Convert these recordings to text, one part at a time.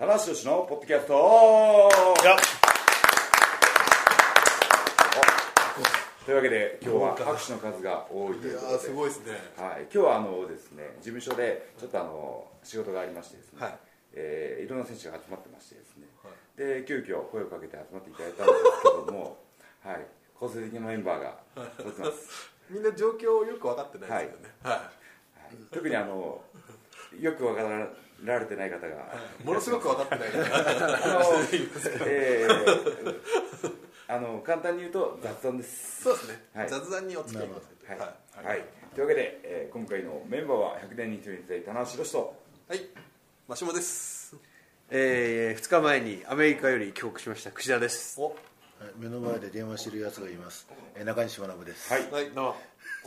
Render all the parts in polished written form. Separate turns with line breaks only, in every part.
棚橋宏のポッドキャスト。というわけで今日は拍手の数が多いということで、
すごいですね。
はい、今日はですね、事務所でちょっと仕事がありましてですね、いろんな選手が集まってましてですね、で急遽声をかけて集まっていただいたんですけども、はい、構成的なメンバーが揃ってます。
みんな状況をよく分かってないですよね。
特によく分かられてない方が、
ものすごく分かってない
簡単に言うと雑談です。
そうですね、雑談にお付き合いください。
はい、というわけで、今回のメンバーは100年に一人に伝え棚橋宏と、
マシモです。
2日前にアメリカより帰国しました櫛田です。
目の前で電話してるやつがいます。中西学です。
はい、
どうも。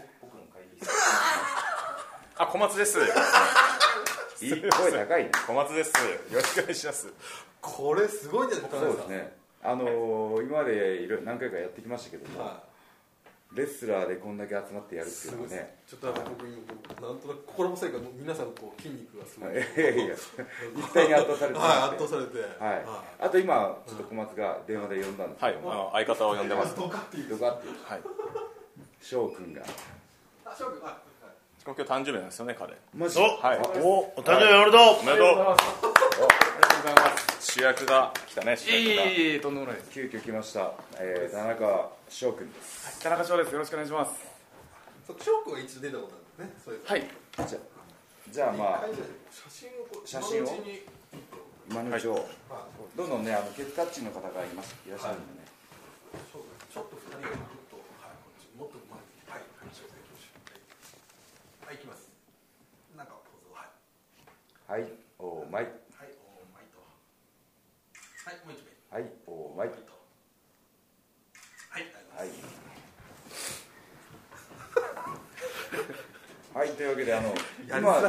小松です。
いい声高いね。
小松です。よろしくお願いします。
これすごいんじゃないですか。
そうですね。今まで何回かやってきましたけども、レスラーでこんだけ集まってやるっていうのはね、
ちょっと僕なんとなく心細いから皆さん筋肉がすごい。
一体に圧倒されて、
圧倒されて、
あと今ちょっと小松が電話で呼んだんですけど、
相方を呼んでます。
ドカっていう。
翔くんが。
翔くん、
今日誕生日なんですよね、彼。
マジ？
お誕生日おめでとう。
おめでとう。ありがとうございます。主役が来たね。
とんでもないです。
急遽来ました。田中翔くんです。
田中翔です。よろしくお願いします。
翔くんは一度出たことあるんですね。
はい。
じゃあまあ
写真を
今のうちをどんどんね、ケツカッチンの方がいらっしゃるんでね。
ちょっと2人がもっと前に、いきます。なんかポーズを、
はい、オーマイ。
はい、オーマイと。はい、もう一
枚。はい、オーマイ。
はい、
はい、というわけで今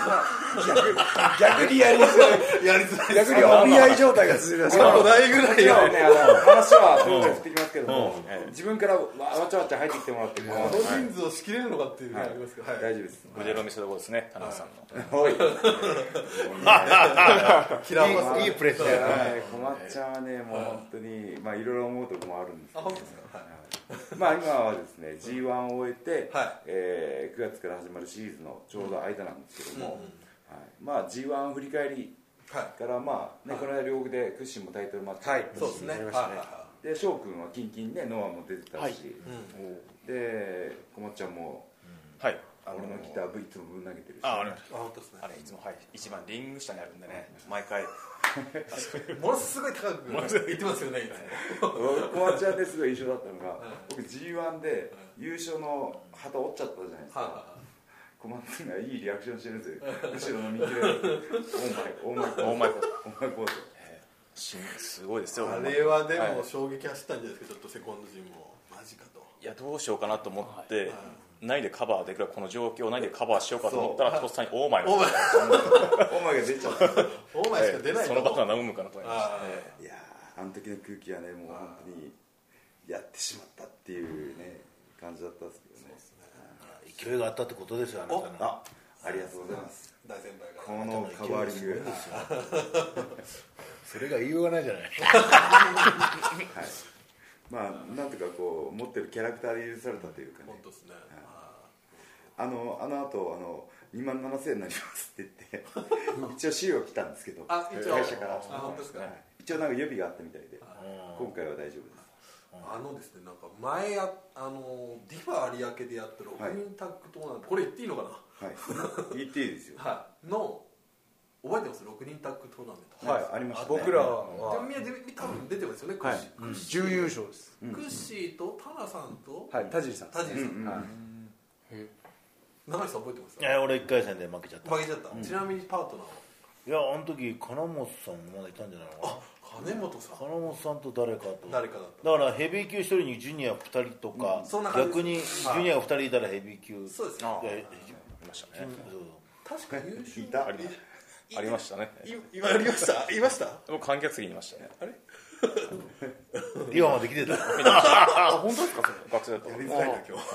逆にやりづらい。逆にお見合い状態が続いてます。
ないぐらいよ
ね、話は振ってきますけども、自分からわちゃわちゃ入ってきてもらって、
この人数を仕切れるのかっていうのがありますけど、
大丈夫です。
無事の見せ所ですね、田中さんの。
おい。
いいプレッシャー。
小松ちゃんはね、もう本当にいろいろ思うところもあるんですけど。今はですね G1 を終えて、9月から始まるシリーズのちょうど間なんですけども、G1 振り返りからこの間両国でクッシンもタイトルマッチ
そうですね。
で翔くんはキンキンでノアも出てたし、で小松ちゃんも俺のギターいつもぶん投げてるし、
あれいつも一番リング下にあるんでね、毎回
ものすごい高く言ってますよね。
小松ちゃんですごい印象だったのが、僕 G1 で優勝の旗折っちゃったじゃないですか。小松がいいリアクションしてるんですよ。後ろの見切れオーマイポーズ。
すごいですよ。
あれはでも衝撃走ったんじゃないですか、ちょっとセコンド陣もマジかと。
いや、どうしようかなと思って何でカバーできるか、この状況を何でカバーしようかと思ったら、とっさにオーマイが
出ちゃった。
オーマイしか出ない。
その場が和むかなと思いました。
いや、あの時の空気はね、もう本当にやってしまったっていうね感じだったんですけどね。
勢いがあったってことですよ、あなたの。
ありがとうございます。
大先輩が
このカバーリング、
それが言いようがないじゃない。
なんとかこう持ってるキャラクターで許されたというかね。
本当ですね。
あの後27000円になりますって言って一応資料来たんですけど、会社から一応なんか予備があったみたいで、今回は大丈夫です。
ですね、なんか前ディファ有明でやった6人タッグトーナメント、これ言っていいのかな。
言っていいですよ。
の覚えてます？6人タッグトーナメント。
はい、ありましたね。
僕らは
みんな多分出てますよね。
準優勝です。
クッシーとタナさんと
田尻さん。
長井さん覚えてます？
俺1回戦で負けちゃった。
ちなみにパートナー
は？いや、あの時金本さんまだいたんじゃないのかな。
金本さん。
金本さんと誰かだった。
だから
ヘビー級1人にジュニア2人とか、逆にジュニアが2人いたらヘビー級。
そうですね。
いましたね。
確か優勝
ありましたね。
今ありました。言いました。
僕観客席にいましたね。あれ？
今まで来てた。
本当ですか？学生だった。
やりづらいな今日。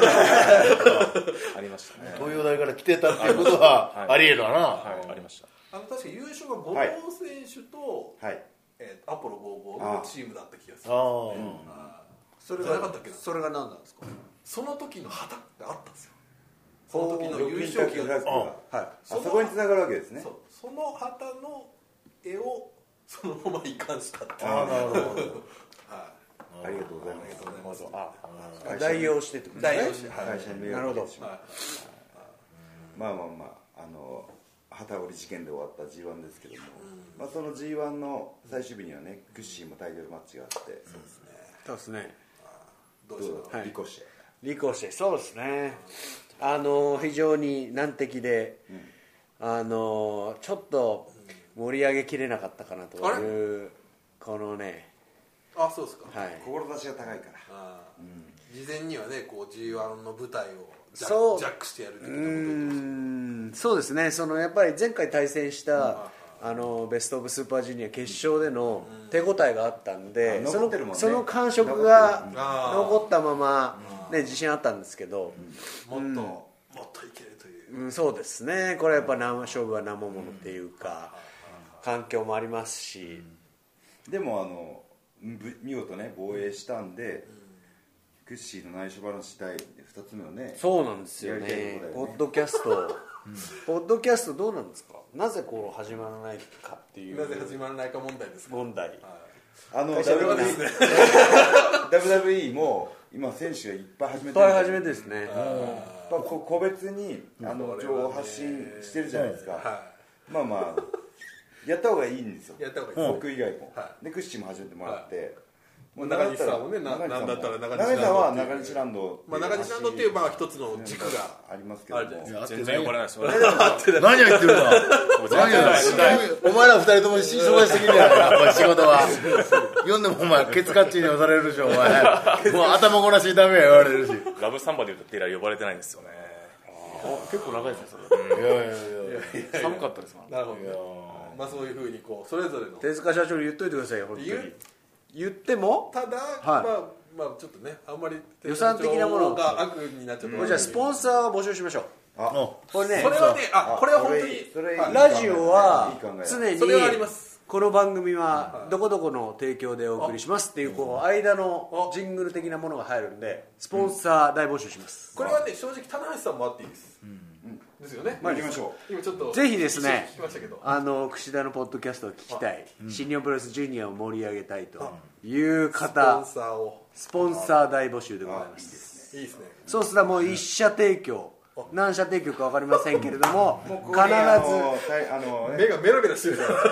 ありましたね。
東洋大から来てたっていうことはありえるわな。
ありました。
確か優勝が後藤選手と、アポロ55のチームだった気がする。
それがなかったっけ？それが何なんですか？
その時の旗ってあったんですよ。その時の優勝旗が
そこに繋がるわけですね。
その旗の絵をそのまま移管したっていう。
なるほど。ありがとうございます。
代用してってことですね。
代用して、
会社に迷惑をかけてしまう。まあ旗織り事件で終わった G1 ですけども、その G1 の最終日にはね、クッシーもタイトルマッチがあって、
そうですね。
どうでしょうか。
リコシェ。
リコシェ、そうですね。非常に難敵で、ちょっと盛り上げきれなかったかなというこのね。
あ、そうですか。
志が高いから。
事前にはね、こう G1 の舞台をジャックしてやる的なこと言ってました。
そうですね。やっぱり前回対戦したベストオブスーパージュニア決勝での手応えがあったんで、その感触が残ったままね、自信あったんですけど、
もっといけるという。
そうですね。これはやっぱ勝負は生ものっていうか、環境もありますし、
でも見事ね防衛したんで、クッシーの内緒話第2つ目のね。
そうなんですよね。ポッドキャストどうなんですか。なぜこう始まらないかっていう。
なぜ始まらないか問題ですか。
問題。
WWE も今選手がいっぱい始めてる。
初めてですね。
個別に情報発信してるじゃないですか。やった方がいいんですよ。僕以外も。でクッシーも始めてもらって。
中西さんもね、なんだったら
中西さんは中西ランド。
中西ランドっていう一つの軸が
ありますけど。
全然呼ばれないですよ。
何を言ってるんだ。お前ら二人とも忙しすぎるやろ。仕事は。読んでもお前ケツカッチに押されるでしょ。お前もう頭ごなしダメや言われるし。
ラブサンバで言うとテイラー呼ばれてないんですよね。
結構長いですねそれ。いや寒かったですもん。
なるほど。そういうふうにこうそれぞれの。
手塚社長に言っといてくださいよ本当に。言っても
ただ、ちょっとね、あんまり
予算的なもの
が悪になっちゃって、
じゃあスポンサーを募集しましょう。
これはね、これは本当に
ラジオは常に
それはあります。
この番組はどこどこの提供でお送りしますっていう間のジングル的なものが入るんで、スポンサー大募集します。
これはね、正直棚橋さんもあっていいです。ですよね。
行きましょう。
今ちょっと
ぜひですね、
串
田のポッドキャストを聞きたい、新日本プロレスジュニアを盛り上げたいという方、スポンサー大募集でございます。
いいですね。
そうすらもう1社提供、何社提供か分かりませんけれども、必ず
目がメラメラしてるから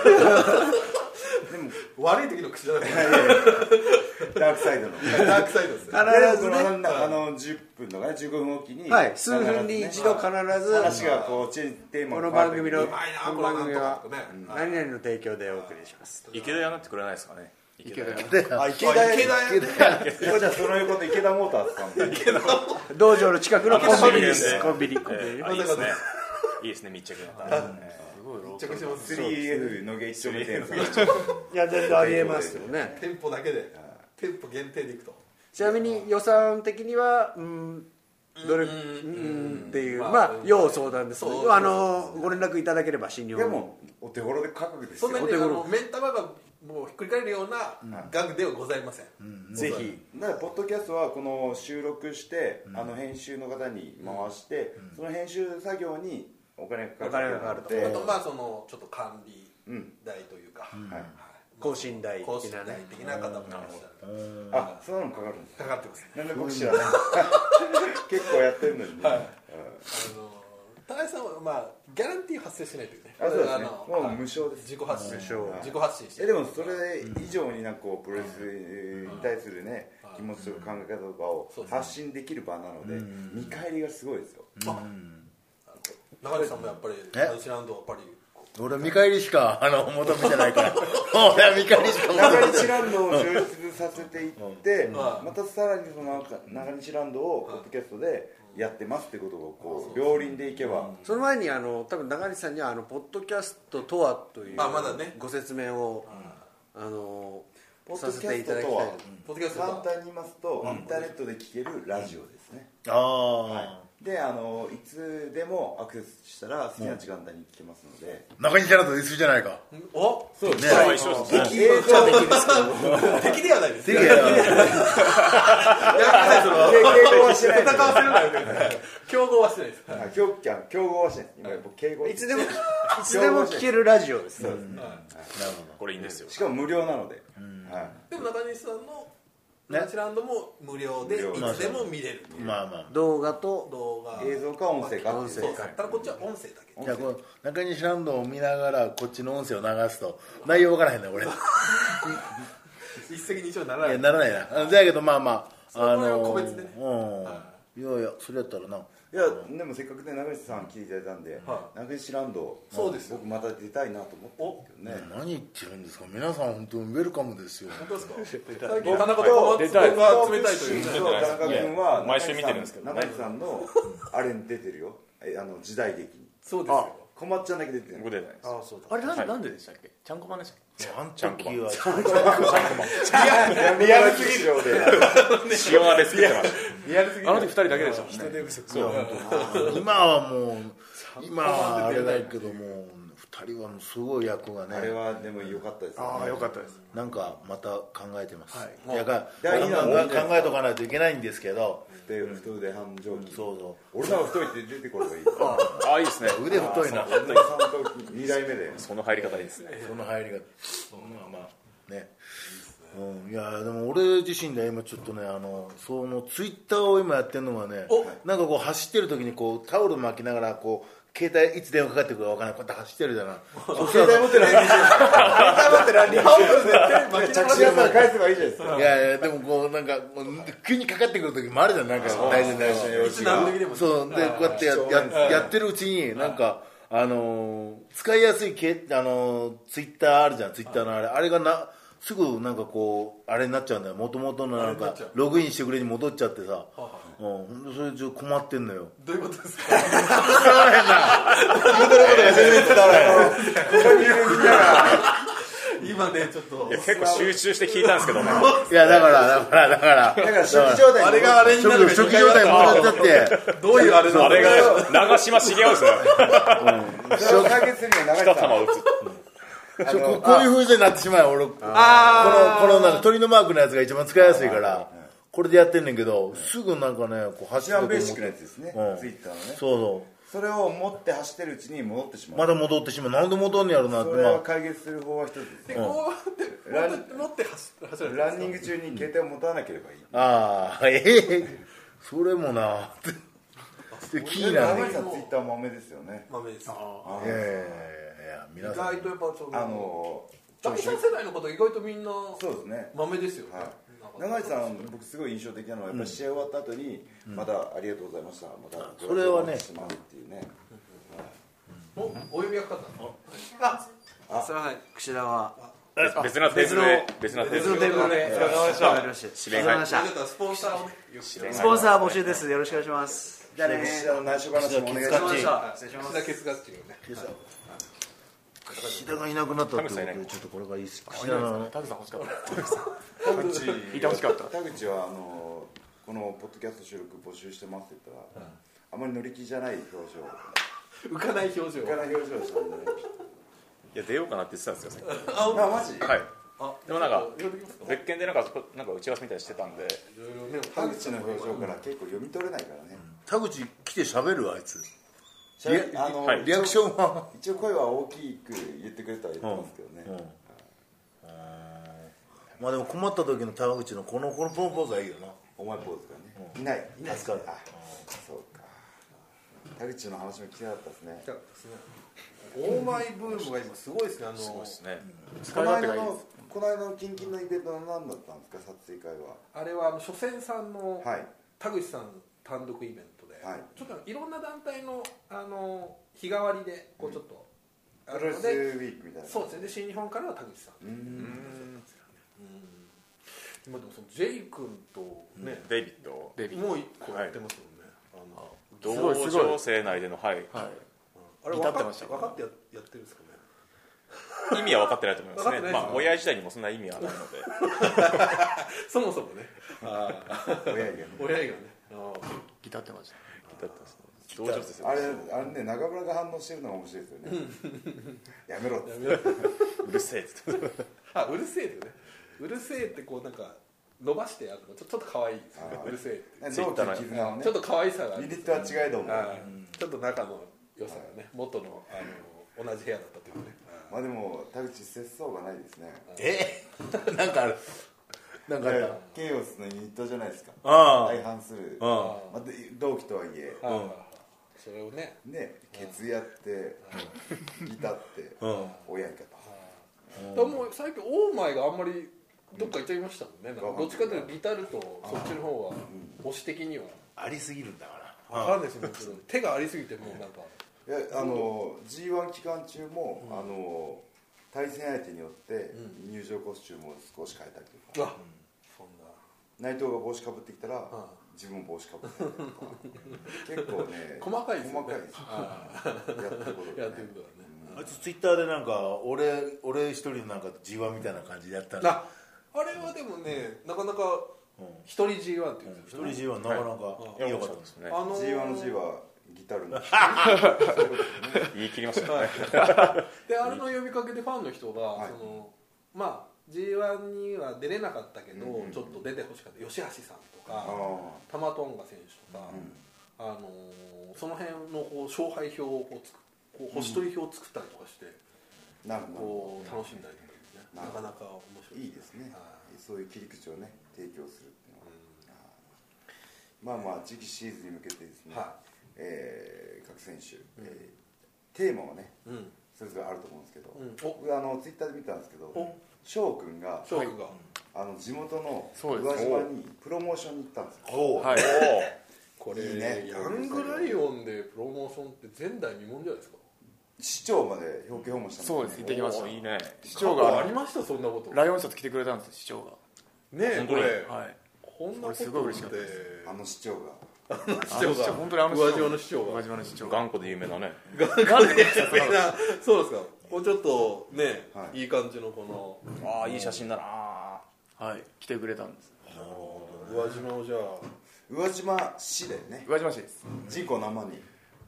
悪い時の口じゃない。
ダークサイドの
です。
必ずね、
10分とかね15分おきに、
数分に一度必ず
話がこうテーマ
この番組は何々の提供でお送りします。
池田やなってくれないですかね。
池田
じゃあその横で池田モーターズさん
道場の近くのコンビニです。コンビニ。
いいですね。いいですね、密着型。
密着してます。
3F のゲイチョメ店さん。
いや全然ありえますよね。
店舗だけで、店舗限定でいくと。
ちなみに予算的にはどれっていう要相談です。ご連絡いただければ新日本。
でもお手頃で価格ですよ。
そんなに目ん玉がもうひっくり返るような額ではございません。
ぜひ。
だからポッドキャストはこの収録して編集の方に回して、その編集作業にお金がかかるので、
あとそのちょっと管理代というか、
更新代的
な方もいらっしゃる。
そんなのかかるんですか。
かかってますね。
なんで僕知らない。結構やってるのにね。
田中さんはギャランティー発生しないというね。
そうですね。もう無償です。
自己発信して。
でもそれ以上にプロレスに対するね気持ちとか考え方とかを発信できる場なので、見返りがすごいですよ。
中西さんもやっぱり中西ランドはやっぱり。
俺は見返りしか求めてないから俺は見返りしか求めてない。
中西ランドを充実させていって、またさらにその中西ランドをポッドキャストでやってますってことを両輪でいけば。
その前に多分中西さんにはポッドキャストとはというご説明をさせていただきたい。
簡単に言いますと、インターネットで聴けるラジオですね。 でいつでもアクセスしたら好きな時間帯に聞けますので、
中西ランド一緒じゃないか。
お
そうです
ね。一緒ですね。
敵ではないです。
敵ではないです。
敬語はしてない。
戦わせるなよね。競合はしてないです。
競合はしてない。今僕敬語。
いつでも聞けるラジオです。
そうですね。
なるほど。これいいんですよ。
しかも無料なので。
でも中西さんのナチランドも無料でいつでも見れる。
まあまあ。
動画と
映像か音声か。
ただこっちは音声だけ。
じゃあこの中西ランドを見ながらこっちの音声を流すと内容分からへんねこれ。
一石二鳥にならない。
ならないな。だけどまあまあ
個別でね。
いやいやそれやったらな。
いやでもせっかくね中西さん来ていただいたんで、中西ランド
そうです
僕また出たいなと思ってるんですけどね。
何言ってるんですか。皆さん本当にウェルカムですよ。
本当ですか。最近田中と
出たい。
僕が冷たいという。
田中君は
毎週見てるんですけどね。
中西さんのあれに出てるよ。時代劇に。
そうですよ。
こまっちゃんだけ出てる。
僕出てないです。
あそうだ。
あれなんででしたっけ？ちゃんこまでしたっけ？
あん時は
リアルすぎるようで
塩鍋作ってまし
リアルすぎる。
た。あの時2人だけでしたもんね。
人手不足。
そう。
今はもう今はあれだけども2人はもうすごい役がね。
あれはでも良かったですよね。
ああ良かったです。
なんかまた考えてます。
はい
いや考えとかないといけないんですけど。
太腕半上筋。
そうそう。
俺らは太いって出てこればいい。
ああいいですね。
腕太いな。
俺らさんと2代目で。
その入り方いいですね。
その入りがまあね。いやでも俺自身で今ちょっとねそのツイッターを今やってるのがね、なんかこう走ってる時にこうタオル巻きながらこう携帯いつ電話かかってくるか分からないこうやって走ってるじゃない。
携帯持ってランニングしてる。携帯持ってランニングしてる。着信あったら返せばいいじゃないですか。
いやでもこうなんか急にかかってくる時もあるじゃん。なんか大事な
いつ何時でも。
そうでこうやってやってるうちになんか使いやすいツイッターあるじゃん。ツイッターのあれがすぐなんかこうあれになっちゃうんだよ。元々のなんかログインしてくれに戻っちゃってさ、ほんとそれちょっと困ってんのよ。
どういうことですか。
言うてることが全然伝わらない。
今ねちょっと
結構集中して聞いたんですけどね。
いやだから
初期状態。
あれがあれになる。
初期状態に戻っちゃって
どういうあれなの。
あれが長嶋茂雄ですね。
それを解決するには長い
球を打つ。
こういう風になってしまう俺このなんか鳥のマークのやつが一番使いやすいからこれでやってんねんけどすぐなんかねこう走って
一番ベーシックなやつですね。ツイッターのね。
そう
それを持って走ってるうちに戻ってしまう。
まだ戻ってしまう。なんで戻んねやろなって。
それを解決する方は一つですね。
こうやって持って走る。
ランニング中に携帯を持たなければいい。
ああそれもなキーなんで。
長井さんツイッター豆ですよね。
豆です。
皆さん
意外とやっぱその
長
井さん世代の方意外とみんな
そうですね。
豆ですよね。
長井さん僕すごい印象的なのはやっぱ試合終わった後にまたありがとうございました。また
それはね
しますっていうね。
お呼びがかかったの。
すみません櫛田は
別のテーブルで
別のテーブルでお疲れ様でした。
指名入
スポンサーをね。
スポンサー募集です。よろしくお願いします。
じゃあね、内緒話もお願いします。
失礼します。
ケツガッチンをね。
岸田がいなくなったってことでちょっとこれがいいっす。岸田の
田口さん欲しかった。田口いて欲しかった。
田口はこのポッドキャスト収録募集してますって言ったらあまり乗り気じゃない表情。
浮かない表情。
浮かない表情をしたんでね。
いや出ようかなって言ってたんですよ。
あマジ？
はい。でもなんか別件でなんか打ち合わせみたいにしてたんで。
田口の表情から結構読み取れないからね。
田口来て喋るあいつ。
リ
アクションは
一応声は大きく言ってくれたら言ってますけどね。
まあでも困った時の田口のこのポーズはいいよな。
お前ポーズがね。いないですか。そうか。田口の話も聞きたかったですね。
オーマイブームが今すごいですね。
すごいですね。
この間のキンキンのイベントは何だったんですか、撮影会は。
あれは初戦さんの田口さん単独イベントで、ちょっといろんな団体の日替わりでこうちょっと
プロレスウィークみたいな。
そうですね。で新日本からは田口さん。今でもそのジェイ君とね
デイビッド
もう一個やってますもんね。
同情生内でのはい。
あれ分かってやってるんですかね。
意味は分かってないと思いますね。まあ親自体にもそんな意味はないので。
そもそもね。
親以外ね。
親以外ね。
ギタってました。
だったんですね。同情ですよ。
あれね、中村が反応してるのが面白いですよね。やめろって。
うるせえって。
あ、うるせえってね。うるせえってこうなんか伸ばしてやるのちょっと可愛いですね。うるせえって。
同期の絆をね。
ちょっと可愛さが。
ユニットは違いども。
ちょっと仲の良さがね、元の同じ部屋だったというね。
まあでも田口節操がないですね。
なんかある。なんかあった。
ケイオスのユニットじゃないですか。
あ
相反する。同期とはいえ。
それをね。
ケツやってギタって親いか
と。もう最近オーマイがあんまりどっか行っちゃいましたもんね。どっちかというとギタルとそっちの方は推し的には
ありすぎるんだから。
わかんないですよ。手がありすぎてもうなんか。
いやG1 期間中も対戦相手によって入場コスチュームを少し変えたりとか、
そんな
内藤が帽子かぶってきたら自分も帽子かぶってきたりとか、結構ね
細かいですよね。
やってること
やってることはね。
あいつツイッターでなんか俺一人なんか G1 みたいな感じでやったんだ。
あれはでもね、なかなか一人 G1 っていうんですよね。
一人 G1 なかなか良かったですね。
G1 の G はギタルの
言い切りましたね。
であれの呼びかけでファンの人がまあ G1 には出れなかったけどちょっと出てほしかった吉橋さんとか玉トンガ選手とかその辺の勝敗表を星取り表を作ったりとかしてこう楽しんだりとかね、なかなか面白い。
いいですね。そういう切り口をね提供するっていうのは、まあ次期シーズンに向けてですね、各選手、テーマはね、それぞれあると思うんですけど、僕ツイッターで見たんですけど、翔くんが地元の宇和島にプロモーションに行ったんですよ。
これヤングライオンでプロモーションって前代未聞じゃないですか。
市長まで表敬訪問したんです。
そうです、行ってきました。
いいね。
市長が
ありました。そんなこと
ライオンシャツ着てくれたんです、市長が
ね。これ
こんなことすごい嬉しかったです。
市長が
本当に
宇和島の市長が
頑固で有名なね。
頑固で有名な。そうですか。こうちょっとね、いい感じのこ
のいい写真だな。
はい来てくれたんです。
宇和島をじゃあ
宇和島市だよね。
宇和島市です。
人口何万人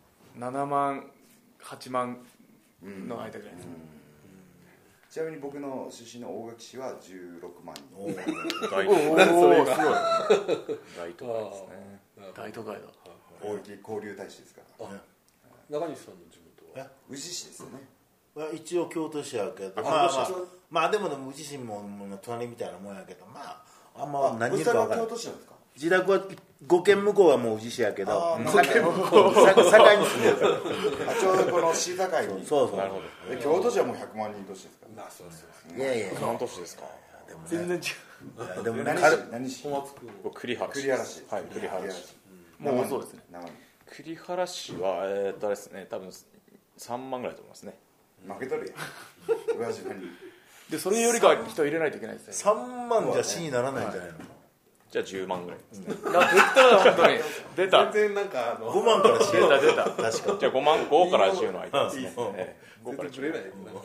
？7万8万の間ぐらいです。
ちなみに僕の出身の大垣市は16万人。
大都会。
すごい。
大都会ですね。
大都会だ。
大垣交流大使ですから。
中西さんの地元は
宇治市ですよね。
一応京都市やけど、まあでも宇治市も隣みたいなもんやけど、まああんま何言うか分からない。自宅は5軒向こうはもう宇治市やけど、境に住んでる。
ちょうどこの市境に。
そう。
なるほ
ど。京都市はもう100万人都市ですから。
いやいや。
何都市ですか。
全然違
う。でも何市？
栗原市。はい、栗原市。
もうそうですね。
栗原市はあれですね、多分3万ぐらいと思いますね。
負けとるやん。宇和島に。
でそれよりか人入れないといけないですね。
3万じゃ市にならないんじゃないの？
じゃあ10万ぐらいですね。
出た本当に出た。
全然なんか
5万から市
出た。確か
じゃあ5万5から10の間ですね。
5から10ない。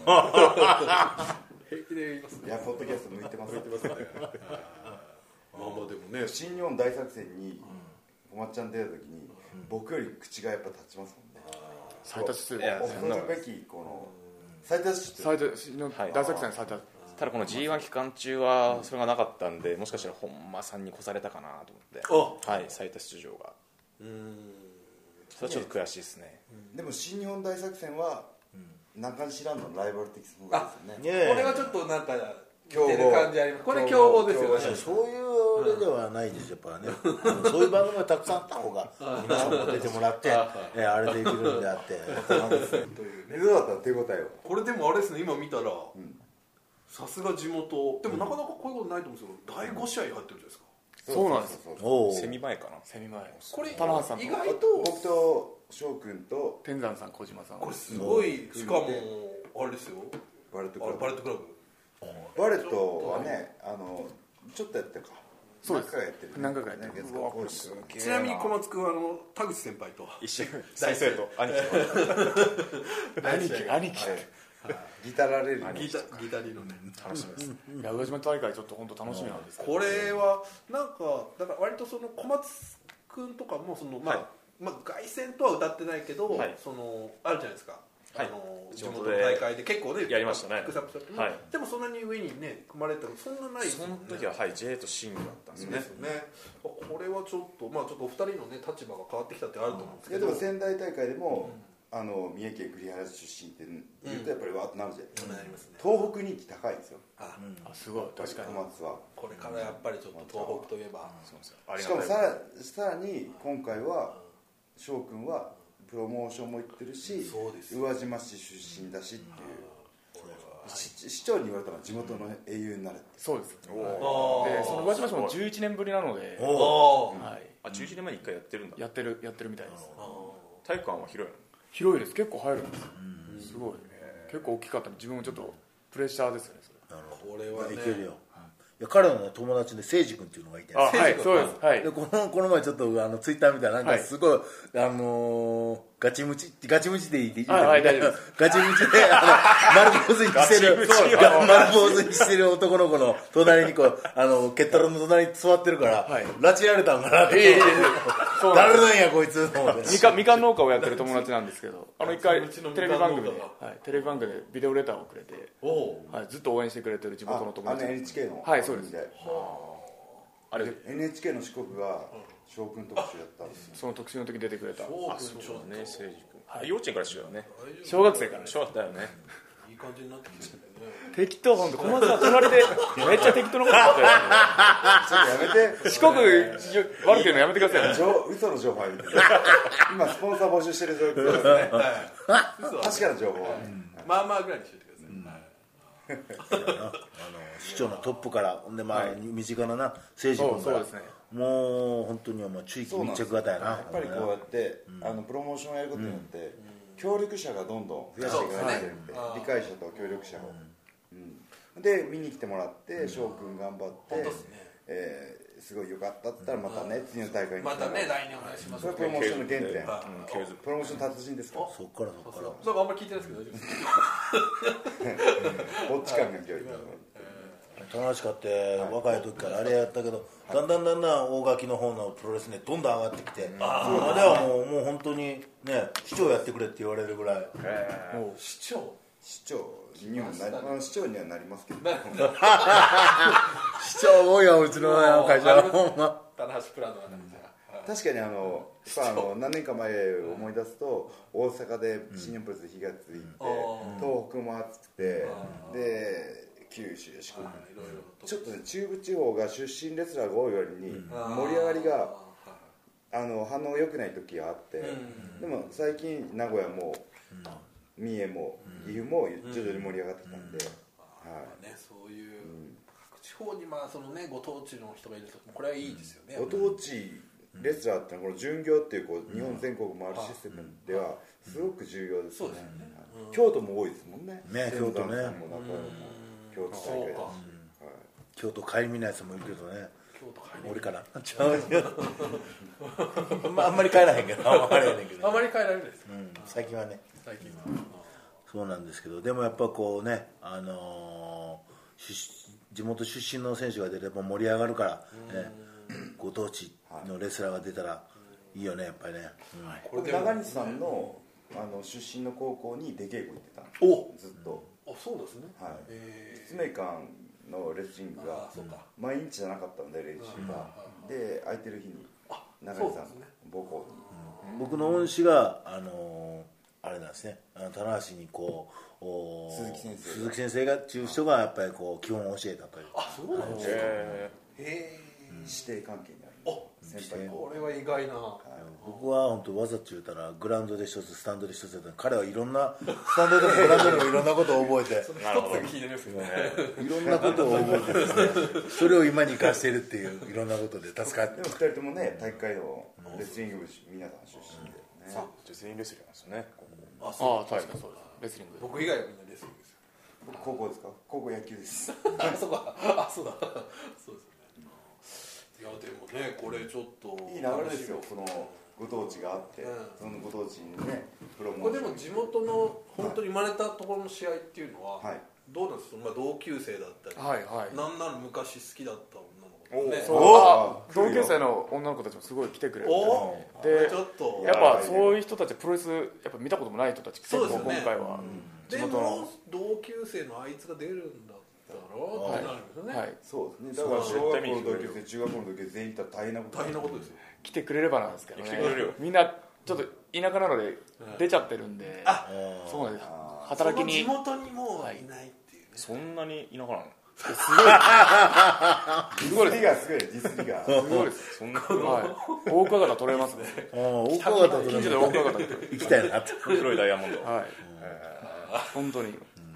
平気で言いますね。
いやポッドキャスト向いてますね。
まあでもね、
新日本大作戦におまっちゃん出た時に僕より口がやっぱ立ちますもんね。
最多数
恐るべきこの最多数
の大作戦最多。
ただこの G1 期間中はそれがなかったんで、もしかしたら本間さんに越されたかなと思って、はい、最多出場が。それはちょっと悔しいですね。
でも新日本大作戦は中西ランドのライバル的存在ですよ
ね。これがちょっとなんか似てる感じあります。これ強豪ですよね。
そういうあれではないですよ、やっぱね。そういう番組がたくさんあった方が皆さんも出てもらってあれできるんであって。
どうだった手応えを。
これでもあれですね、今見たらさすが地元。でもなかなかこういうことないと思うんですけど、第5試合入ってるじゃないですか。
そうなんです。
セミ前かな。
セミ前。
これ
田中さん
意外と
僕と翔くんと
天山さん、小島さん。
これすごい。しかもあれですよ。
バレット
クラブ。
バレットはね、ちょっとやってるか。
そうです。何回かやってる。
ちなみに小松君は田口先輩と
一緒先生と兄
貴
ギタられる
ギタリのね、
楽しみです。
いや宇和島大会ちょっと本当楽しみなんですけど。
これはなんかだから割とその小松君とかもまあまあ凱旋とは歌ってないけど、そのあるじゃないですか、地元の大会で結構ね
やりましたね。
でもそんなに上にね組まれたのそんなないですよね。
その時はJ とシングルだったんですよね。
これはちょっとまあちょっとお二人のね立場が変わってきたってあると思うんですけど、
でも仙台大会でも三重県栗原市出身って言うとやっぱりわーっとなるじゃないですか。東北人気高いんですよ。
すごい確かに。
小松は
これからやっぱりちょっと東北といえば、
しかもさらに今回は翔くんはプロモーションも行ってるし、宇和島市出身だしっていう、市長に言われたのは地元の英雄になるって。
そうです。でその宇和島市も11年ぶりなので、
11年前に1回やってるんだ。
やってるみたいです。
体育館は広いの？
広いです。結構入るんです。すごい結構大きかった。自分もちょっとプレッシャーですよね。
これはね
いけるよ。いや彼の、ね、友達で誠司君っていうのがいて、
はい、そうです。はい。
でこの前ちょっとツイッター見たらなんかすごい、ガチムチで言っていい、
大丈夫です。
ガチムチで丸坊主にしてる男の子の隣にこうケッタロの隣に座ってるから、拉致られたんかなって。誰なんやこいつと思って。
みかん農家をやってる友達なんですけど、一回テレビ番組でビデオレターをくれて、ずっと応援してくれてる地元の友達。
NHK の。
はい、そうです。
あれ NHK の四国が翔くん特集やったんですよ。
その特集の時出てくれた。
そうだね、誠司君。幼稚園から一緒だよね。
小学生から。
小学生だよね。
いい感じになってきてるね。
適当、本当小松は隣でめっちゃ適当なこと言って
やめて。
四国悪く言うのやめてください。
嘘の情報入ってる。今スポンサー募集してる状況ですね。確かな情報。
まあまあぐらいにしておいてください。
市長のトップからで身近な誠司君からもう本当に地域密着型やな。
やっぱりこうやってプロモーションをやることによって協力者がどんどん増やしていかないといけないんで、理解者と協力者をで見に来てもらって翔くん頑張ってすごい良かったって言ったらまたね次の大会に
またね来年お願いします。
それはプロモーションの原点、プロモーションの達人ですから。
そっから
それあんまり聞いてないですけど大丈夫ですか。
ぼっち感が強い。
楽しかって若い時からあれやったけどだんだん大垣の方のプロレスねどんどん上がってきて、あれはもう本当にね市長やってくれって言われるぐらい。
市長
には市長にはなりますけど。
市長多いようちの会社はほんま。
棚橋プランの中で。
確かに何年か前を思い出すと大阪で新日本プロレスで火がついて、東北も暑くてで九州四国ちょっとね中部地方が出身レスラーが多い割に盛り上がりが反応良くない時があって、でも最近名古屋も三重も岐阜も徐々に盛り上がってきたんで、
そういう各地方にそのねご当地の人がいるとこれはいいですよね。
ご当地レスラーってのはこの巡業っていう日本全国回るシステムではすごく重要ですね。京都も多いですもんね。
京都ね。
京都大会だし、
京都帰り見ないやつもいるけどね。俺からあんまり帰らへんけど
あんまり帰られるんです。
最近はねそうなんですけど、でもやっぱこうね地元出身の選手が出れば盛り上がるからご当地のレスラーが出たらいいよねやっぱりね。
長西さんの出身の高校に出稽古行ってたずっと。
そうですね。
立命館のレスリングが毎日じゃなかったので練習がで空いてる日に長西さん母校に
僕の恩師があれなんですね棚橋に鈴木先生がっていう人がやっぱり基本を教えたという。
そうなんですか。
師弟関係にある先輩。
これは意外な。
僕は本当わざと言うたらグラウンドで一つスタンドで一つやったら彼はいろんなスタンドでもグラウンドでもいろんなことを覚えて
一つだけ聞いてるんですけどね
いろんなことを覚えてですねそれを今に生かしているっていういろんなことで助かって。
でも2人ともね体育会のレスリング部皆さん出身でね。
レスリングレスリングなんですよね。
確かにそうです。レスリング。
僕以外はみんなレスリングですよ。
僕高校ですか。高校野球です。
そうか。そうだ。そうですね。いやでもねこれちょっと
いい流れですよ。このご当地があってそのご当地にねプロモーション。
これでも地元の本当に生まれたところの試合っていうのはどうなんですか。同級生だったりなんなら昔好きだった女の子
同級生の女の子たちもすごい来てくれる
で
やっぱそういう人たちプロレスやっぱ見たこともない人たち結構今回は
でも同級生のあいつが出るんだったらってなるんですよね。
そうですね。だから小学校の同級生、中学校の同級生全員いたら大変なことですよ。
来てくれればなんですけどね。みんなちょっと田舎なので出ちゃってるんで、そうなんです。働きに
地元にもいないっていうね。
そんなに田舎なの？
すごい。ディスリがすごい。ディスリが
すごいです。そんな大川方取れますね。
大川方
近所で大川方
行きたいなって。
黒いダイヤモンド。
はい。本当に。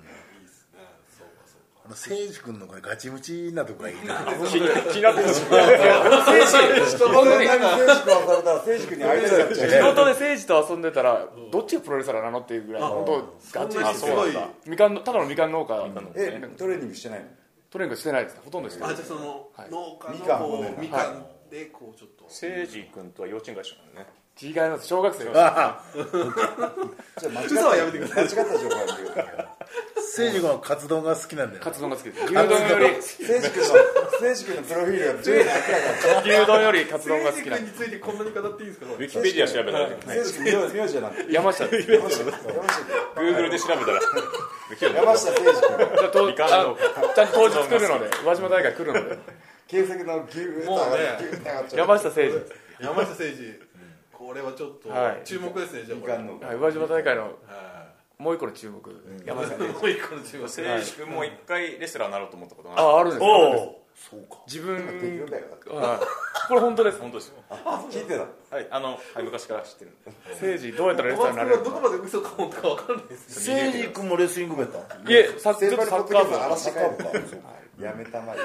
誠司君のこれガチムチなとこがいいな。
気になってるんですよ。
本当に誠司君をされたら誠司君に会いたいなっちゃう。
地元で誠司と遊んでたらどっちがプロレスラーなのっていうぐらい本当ガチですごい。ただのみかん農家。
トレーニングしてないの？
トレーニングしてないです。ほとんどしてない。
じゃあその農家のみかんでこうちょっと。
誠司君とは幼稚園会社なのね。
違います。小学生です。
じゃあ間違ったやめてください。間違った情報やめてください。
誠司君はカツ丼が好きなんだよ。
カツ丼が好きです。牛丼より
誠司君のプロフィールが十分明らか
牛丼よりカツ丼が好きなんで。
誠司君についてこんなに語っていいですか？
ウィキペディア調べたら
誠司君名字じゃなくて
山下です。
Google で調べたら
山下誠司君
ちゃんと当日来るので宇和島大会来るので
検索の牛
山下誠司。
山下誠司。これはちょっと注目ですね。じゃあ
宇和島大会のもう一個の注目。山下
もう一個の注目。
誠司君も一回レスラーになろうと思ったことが
あるんです。
そうか。
自分これ本当です。
本当ですよ。
聞いてた。
はい昔から知ってるんで。
誠司どうやったらレスラーになれるか。
どこまで嘘か本当か分かんないです。
誠司君もレスリング部やった？
いえ、ちょっとサッカー部。
やめたまえ。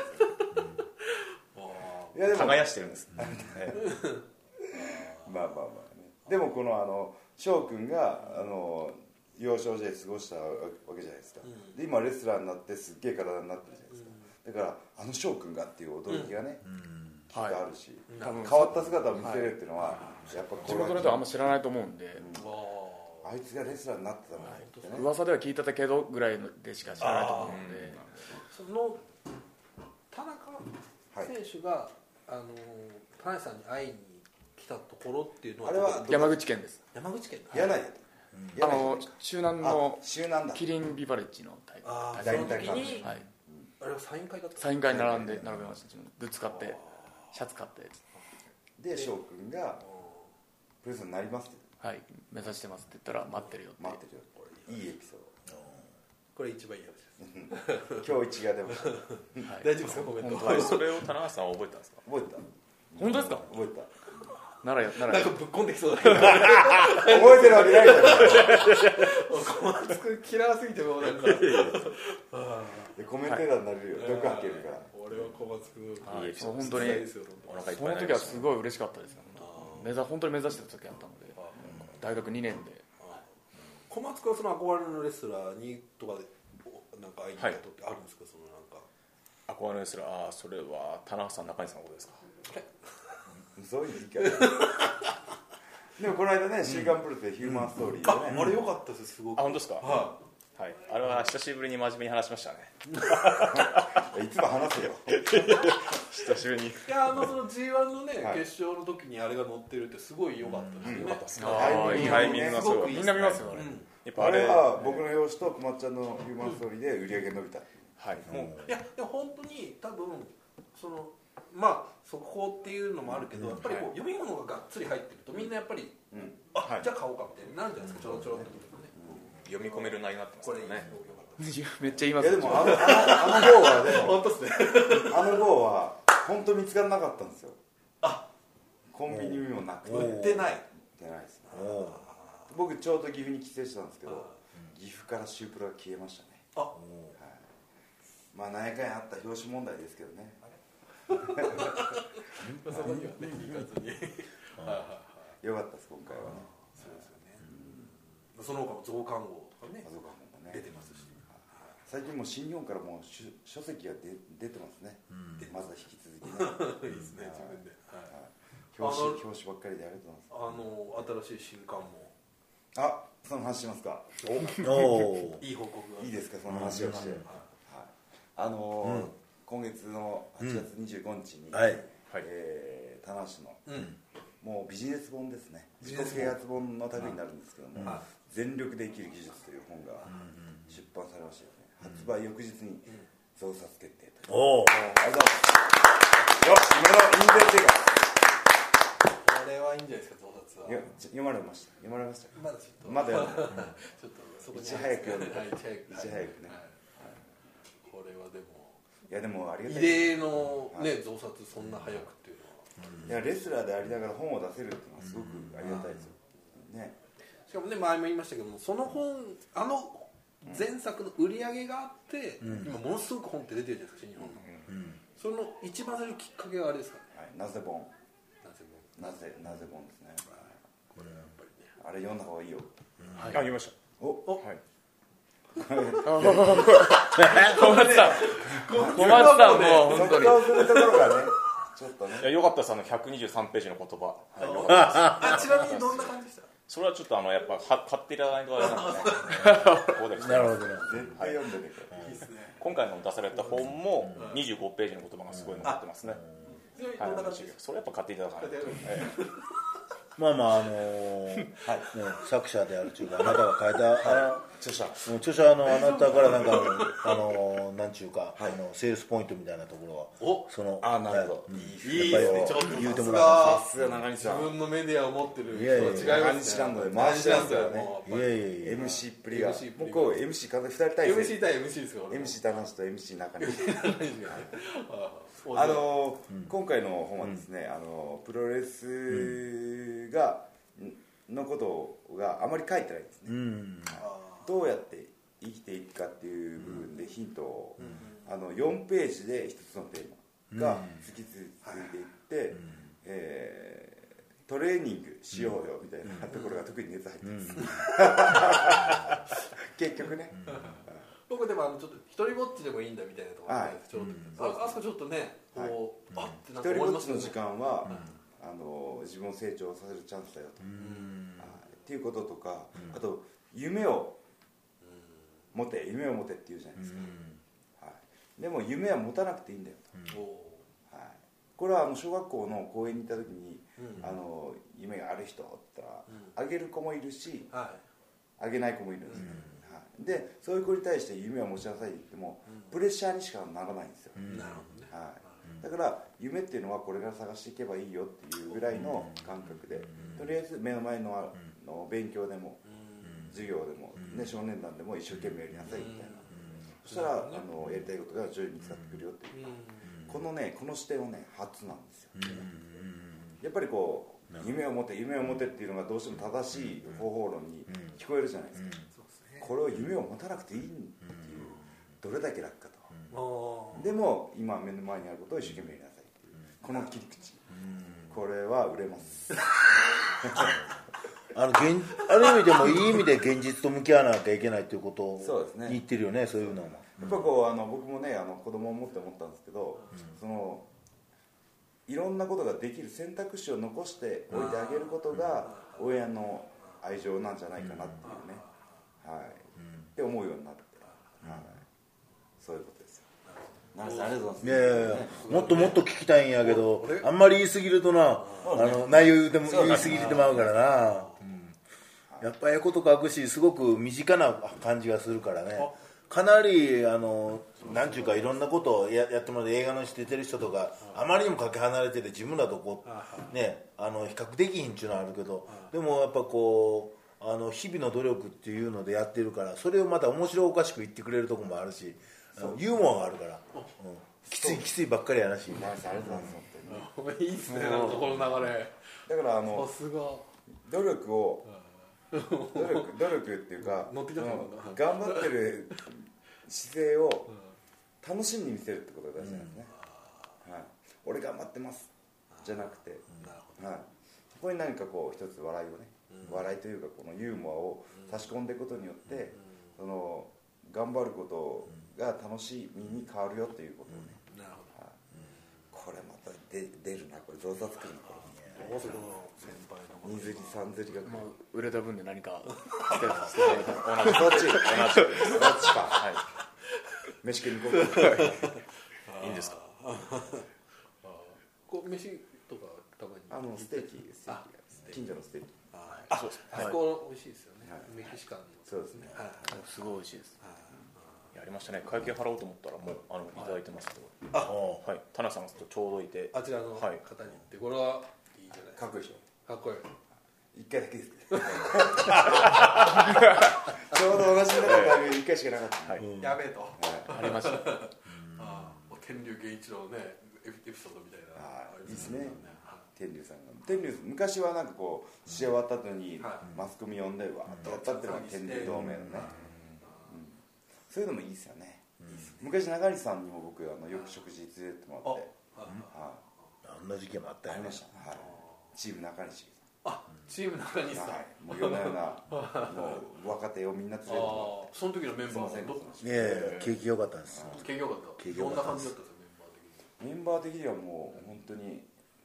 いやでも耕してるんです。
まあね。でもこの翔くんが幼少時代過ごしたわけじゃないですか。で今レスラーになってすっげえ体になってるじゃないですか。だから翔くんがっていう驚きがね、きっとあるし、変わった姿を見せれるっていうのはやっぱ
地元の人はあんま知らないと思うんで。
あいつがレスラーになってたのってね。
噂では聞いてたけどぐらいでしか知らないと思うんで。
その田中選手が田中さんに会いに来たところっていうのは
あれは
山口県です。
山口県。
柳井。
周南のキリンビバレッジの大
会。その時にあれはサイン会だった。
サイン会に並べました。グッズ買ってシャツ買って。
で翔くんがプロレスになりますって。
はい目指してますって言ったら待ってるよって。
待ってるよ。いいエピソード。
これ一番いい話です。
今日一が出ました。
大丈夫ですかコメント。
それを田中さんは覚えたんですか？
覚えた。
本当ですか？
覚えた。
なら
なんかぶっこんできそうだけど。
覚えてるわけないから。
小松君嫌わすぎてもなんか。
コメンテーターになれるよ。毒吐けるから。
俺は小松君。
本当にその時はすごい嬉しかったです。本当に目指してた時だったので、大学2年で。
小松君はその憧れのレスラーにとかでなんか会いに行ったことってあるんですか？そのなんか
憧れのレスラー、それは田中さん中西さんのことですか？
そういう言い方。でもこの間ね、週刊プロレスでヒューマンストーリーでね。
あれ良かったです。すごく。
あ、本当ですか？はい。あれは久しぶりに真面目に話しましたね。
いつも話すよ。
久しぶりに。
いやその G1 のね決勝の時にあれが乗ってるってすごい良かったですよね。
いいタイミングがすごい。
みんな見ますよ
あれは僕の容姿と小松ちゃんのヒューマンストーリーで売り上げ伸びた。
はい。
いやでも本当に多分そのまあ速報っていうのもあるけど、やっぱりこう読み物ががっつり入ってるとみんなやっぱりじゃあ買おうかみたいになるじゃないですか。ちょろちょろってね
読み込める内容になってますね。
めっちゃ言います。
でも号はでも
本当ですね。
号は本当見つからなかったんですよ。コンビニにもなくて
売ってない
ですね。僕ちょうど岐阜に帰省したんですけど、岐阜からシュープロが消えましたね。まあ何やかんやあった表紙問題ですけどね。
そこにはね行かずに。
よかったです今回はね。
そうですよね。その他も増刊号とかね出てますし、
最近もう新日本からもう書籍が出てますね。まずは引き続きね。
いいですね自分で。
表紙ばっかりでありがとうございます。
新しい新刊も。
その話しますか。
いい報告が
いいですかその話をして。 今月の8月25日に、
はい
棚橋の、もうビジネス本ですね、自己啓発本の類になるんですけども、全力で生きる技術という本が出版されましたよね。発売翌日に増刷決定という。
おお、
ありがとうございます。よし、夢の印税生活。
これはいいんじゃないですか、増刷は。
読まれました。読まれました。
まだちょっと。
まだ読んでない。
ちょっとそこに
いち早く読んで。
はい、いち早く
ね。
これはでも。
いやでもありがたい。
異例のね増刷そんな早くっていうのは。
いやレスラーでありながら本を出せるっていうのはすごくありがたいですよ。ね。
しかもね前も言いましたけども、その本前作の売り上げがあって、今ものすごく本って出てるじゃないですか新日本の。その一番最初のきっかけはあれですかね。
はい。なぜ本ですね。
これやっぱりね。
あれ読んだ方がいいよ。
はい。読みました。
お。はい。
小松さんも本当に。
するところがね。ちょっとね。
いや良かったです123ページの言葉。
ちなみにどんな感じでした？
それはちょっとやっぱ買っていただかないとあれなんでね。ここで
なるほどね。
絶対読んでね。
今回の出された本も25ページの言葉がすごい残ってますね。それやっぱ買っていただかないと。
まあまあ作者であるというかあなたが書いた著者のあなたからなんかなんちゅうかセールスポイントみたいなところはその
なるほど
いいですね。ちょっと
言うてもらう。
さすが中西さん。
自分のメディアを持ってる人は違いますね。
回しなんだよね。
いやいや
MC っぷりがもうこう MC 2人対戦
MC 対 MC ですから。
MC 棚橋と MC 中西。
今
今回の本はですね、プロレスがのことがあまり書いてないんですね。どうやって生きていくかっていう部分でヒントを4ページで一つのテーマが突き続いていって、トレーニングしようよみたいなところが特に熱入ってます。結局ね。
僕でもちょっと一人ぼっちでもいいんだみたいなところでちょっとあそこちょっとねこうあってなんか思いますね。
一人ぼっちの時間は自分を成長させるチャンスだよとっていうこととか、あと夢を持てって言うじゃないですか。でも夢は持たなくていいんだよと。これは小学校の公園に行った時に夢がある人って言ったらあげる子もいるしあげない子もいるんですよ。でそういう子に対して夢を持ちなさいって言ってもプレッシャーにしかならないんですよ。だから夢っていうのはこれから探していけばいいよっていうぐらいの感覚で、とりあえず目の前の勉強でも授業でも、少年団でも一生懸命やりなさいみたいな。そしたらやりたいことが徐々に見つかってくるよっていう、この視点はね初なんですよ。やっぱりこう夢を持てっていうのがどうしても正しい方法論に聞こえるじゃないですか。これを夢を持たなくていいっていうどれだけ楽かと。でも今目の前にあることを一生懸命やりなさいっていうこの切り口、これは売れます。
ある意味でもいい意味で現実と向き合わなきゃいけないということを言ってるよね。そういうのも
やっぱこう僕もね子供を持って思ったんですけど、いろんなことができる選択肢を残しておいてあげることが親の愛情なんじゃないかなっていうね、って思うようになって、そういうことですよ。ありがとうございます。
いやもっともっと聞きたいんやけど、あんまり言い過ぎるとな内容でも言い過ぎてまうからな。やっぱりこと書くしすごく身近な感じがするからね。かなりなんちゅうかいろんなことをやってもらって映画の出てる人とかあまりにもかけ離れてて自分らとこうね比較できひんっていうのはあるけど、でもやっぱこう日々の努力っていうのでやってるから、それをまた面白おかしく言ってくれるところもあるし、ユーモアがあるから、きついばっかりやなし。
ありがとうございます。
いいですね、なんかこの流れ。
だから
さすが
努力っていうか頑張ってる姿勢を楽しみに見せるってことが大事なんですね。俺頑張ってますじゃなくて、そこに何かこう一つ笑いをね、笑いというかこのユーモアを差し込んでいくことによって頑張ることが楽しみに変わるよということをね。これまた出るな、これ増刷くるな、これ2釣り3釣りが
売れた分で何か
同じか、飯食いに行こうか。
いいんです
こう飯とかたまに
ステーキ近所のステーキ
そうですあそこ美味しいですよねメキシカンの
そうですね
すごい美味しいですやりましたね会計払おうと思ったらもういただいてますけどはい田中さんとちょうどいて
あちらの方に行ってこれはいいじゃないですか
かっこいいでしょ
かっこいい
1回だけですちょうど同じ中で1回しかなかった
やべえと
ありました
天竜源一郎のねエピソードみたいな。
いいですね。天竜さんが。天竜昔はなんかこう試合終わった後にマスコミ呼んでわーっとやったっていうのが天竜同盟のね。そういうのもいいですよね。昔中西さんにも僕よく食事連れてってもらって。
あんな事件もあったよね。
ありました。チーム中西。
チーム中西さん。
もう夜な夜なもう若手をみんな連れてもらって。
その時のメンバーはどう？
景
気良かったです。
景気良かった。どんな感じだったんですか
メンバー的にはもう本当に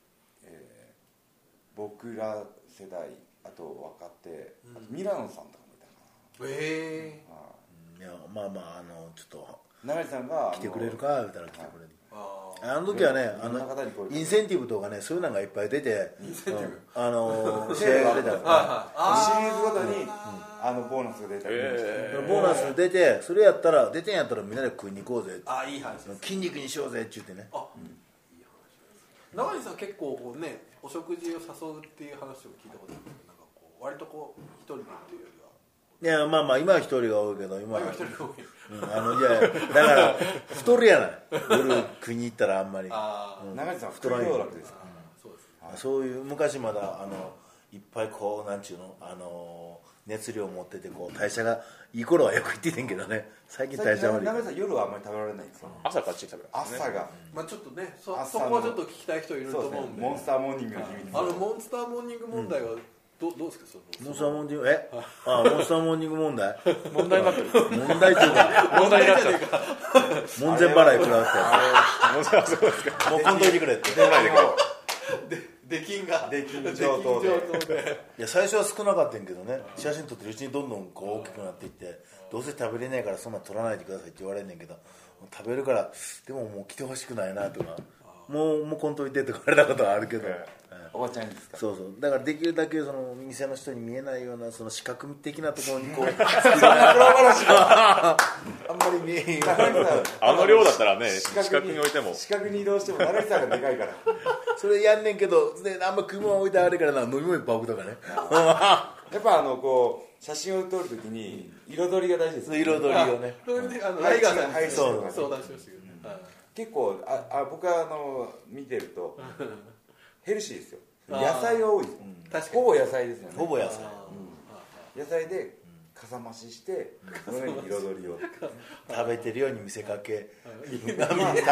僕ら世代あと若手ミラノさんとかもいたかな。
いやまあちょっと
中西さんが
来てくれるかみたいな来てくれる。あの時はねインセンティブとかねそういうのがいっぱい出て試合が出た
シリーズごとにボーナスが出たり
ボーナス出てそれやったら出てんやったらみんなで食いに行こうぜ
いい話
筋肉にしようぜって言ってね
中西さん結構ねお食事を誘うっていう話を聞いたことあるけどなんかこう割とこう一人でっていうよりはい
やまあ今は一人が多いけど今
一人が多い
だから太るやない夜食いに行ったらあんまり
中西さん太らない楽ですか
そういう昔まだいっぱいこうなんちゅうの熱量を持っててこう代謝がいい頃はよく言っててんけどね最近代謝悪い
中西さん夜はあんまり食べられないんですよ
朝から食べる
朝が
まあちょっとねそこはちょっと聞きたい人いると思うんで
モンスターモーニングの秘密
モンスターモーニング問題はどうですか
モンスターモーニングモンスターモーニング問題
問題になってる
問題っていうか
問題になっちゃう
門前払い食らうってもうこんといてくれって
出禁
上等で
いや最初は少なかったんけどね写真撮ってるうちにどんどんこう大きくなっていってどうせ食べれないからそんな撮らないでくださいって言われんねんけど食べるからでももう来てほしくないなとかもうこんといてとか言われたことはあるけど
おばちゃんですか
そうだからできるだけその店の人に見えないようなその視覚的なところにこう
あんまり見えへん
量だったらね視覚に置いても
視覚に移動しても中西さんがでかいから
それやんねんけどあんま車置いてあるからな飲み物いっぱい置くとかね
やっぱこう写真を撮るときに彩りが大事です
彩りをね
ライガーさんに
相談
しましたけど
結構僕は見てるとヘルシーですよ野菜が多いですほぼ野菜ですよね
ほぼ野菜
野菜でかさ増ししてその上に彩りを
食べてるように見せかけ食べてるけどね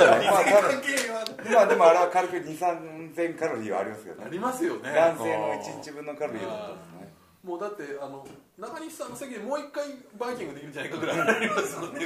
でもあれは軽く 2,000-3,000 カロリーはありますけどね
ありますよね
男性の1日分のカロリーを取ったんですね
もうだって中西さんの席でもう一回バイキングできるんじゃないかぐらいありますもんね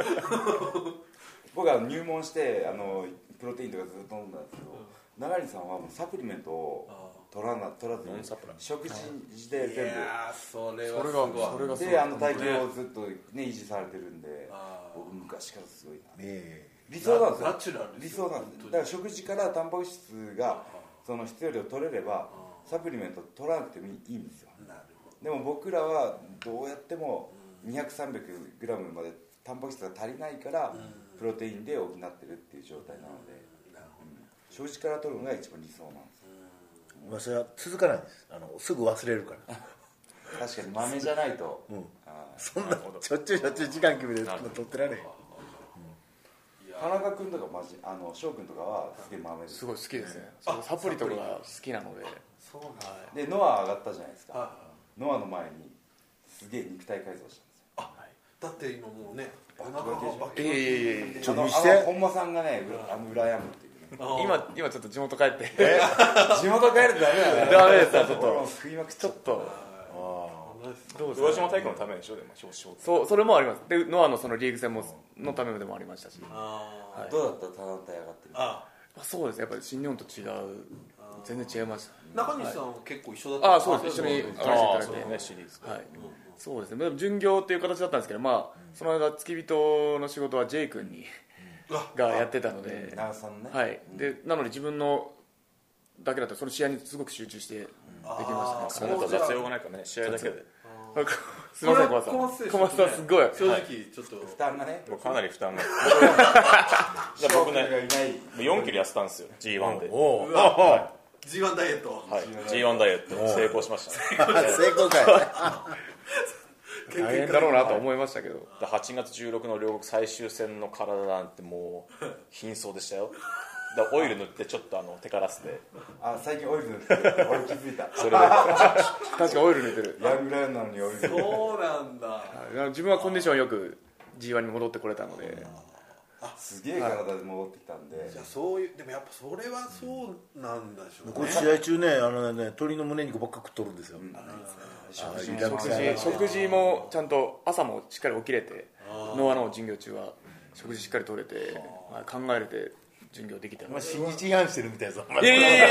僕は入門してプロテインとかずっと飲んだんですけど中西さんはもうサプリメントを取らずに食事で全部
それが
で体型をずっとね維持されてるんで僕昔からすごいな理想なんですよ
ナチュラル
理想なんですだから食事からタンパク質がその必要量取れればサプリメント取らなくてもいいんですよでも僕らはどうやっても 200-300g までタンパク質が足りないからプロテインで補ってるっていう状態なので食事から取るのが一番理想なんです
まあそれは続かないんですすぐ忘れるから
確かに豆じゃないと、
そんなしょっちゅう時間決めて取ってられへん
田中君とか翔君とかはすげえ豆です
すごい好きですねサプリとかが好きなので
でノア上がったじゃないですかノアの前にすげえ肉体改造したんですよ
だって今もうね
ちょっと見して本間さんがね羨むっていう
今ちょっと地元帰って
地元帰るとダメだね
ダメですよちょっと
食いまくっちゃった
どうですか宇和島体育のためでしょでもそれもありますでノアのそのリーグ戦のためでもありましたし
どうだった単体上がってる
そうですやっぱり新日本と違う全然違いました
中西さんは結構一緒だった
そうです一緒に上がらせていただいてシリーズそうですね巡業っていう形だったんですけどその間付き人の仕事は J 君にがやってたので、
長さんね、
はい、でなので自分のだけだとその試合にすごく集中してできましたね。
その他雑用がないからね、試合だけで。
すみません、小松さんすごい
正直ちょっと
負担がね、
かなり負担が。僕ね、4キロ痩せたんですよ G1 で。
G1 ダイエット、
はい、G1 ダイエット成功しましたね。
成功かい。
大変だろうなと思いましたけど、
8月16の両国最終戦の体なんてもう貧相でしたよ。だオイル塗ってちょっと手からせて、
最近オイル塗ってる、俺気づいた。
それで
確かオイル塗ってる。
ヤングライオンなのにオイル塗ってる。
そうなんだ。
自分はコンディションよく G1 に戻ってこれたので、
すげえ体で戻ってきたんで。
じゃあそういう、でもやっぱそれはそうなんでしょうね。
僕試合中ね、鶏の胸肉ばっか食っとるんですよ。
食事もちゃんと朝もしっかり起きれて、ノアの巡業中は食事しっかりとれて、考えれて巡業できた。
新日違反してるみたいな。
そう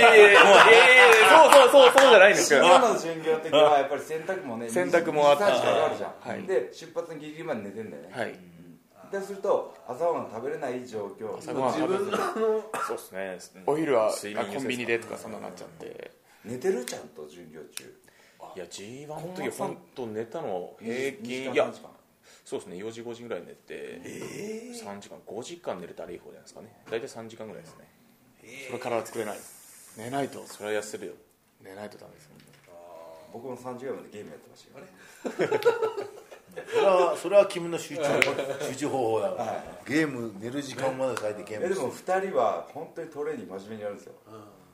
じゃないんですよ。
今の巡業の時はやっぱり洗濯もね、
洗濯もあった
3時間あるじゃん、
はい、
で出発のギリギリまで寝てんだよね、
はい、
ですると朝ごはん食べれない状況、
朝ごはん
自分の
そうですね、
お昼はコンビニでとかそんなになっちゃって、
寝てるちゃんと巡業中。
いや G1 の時本当寝たの平均、いやそうですね、4時5時ぐらい寝て、3時間5時間寝れたらいい方じゃないですかね。大体3時間ぐらいですね。
それ体作れない。寝ないと。
それは痩せるよ。
寝ないとダメです。
僕も3時ぐらいまでゲームやってました
よ。それは君の集中方法だ。ゲーム寝る時間まで最低ゲーム。
でも2人は本当にトレーニング真面目にやるんですよ。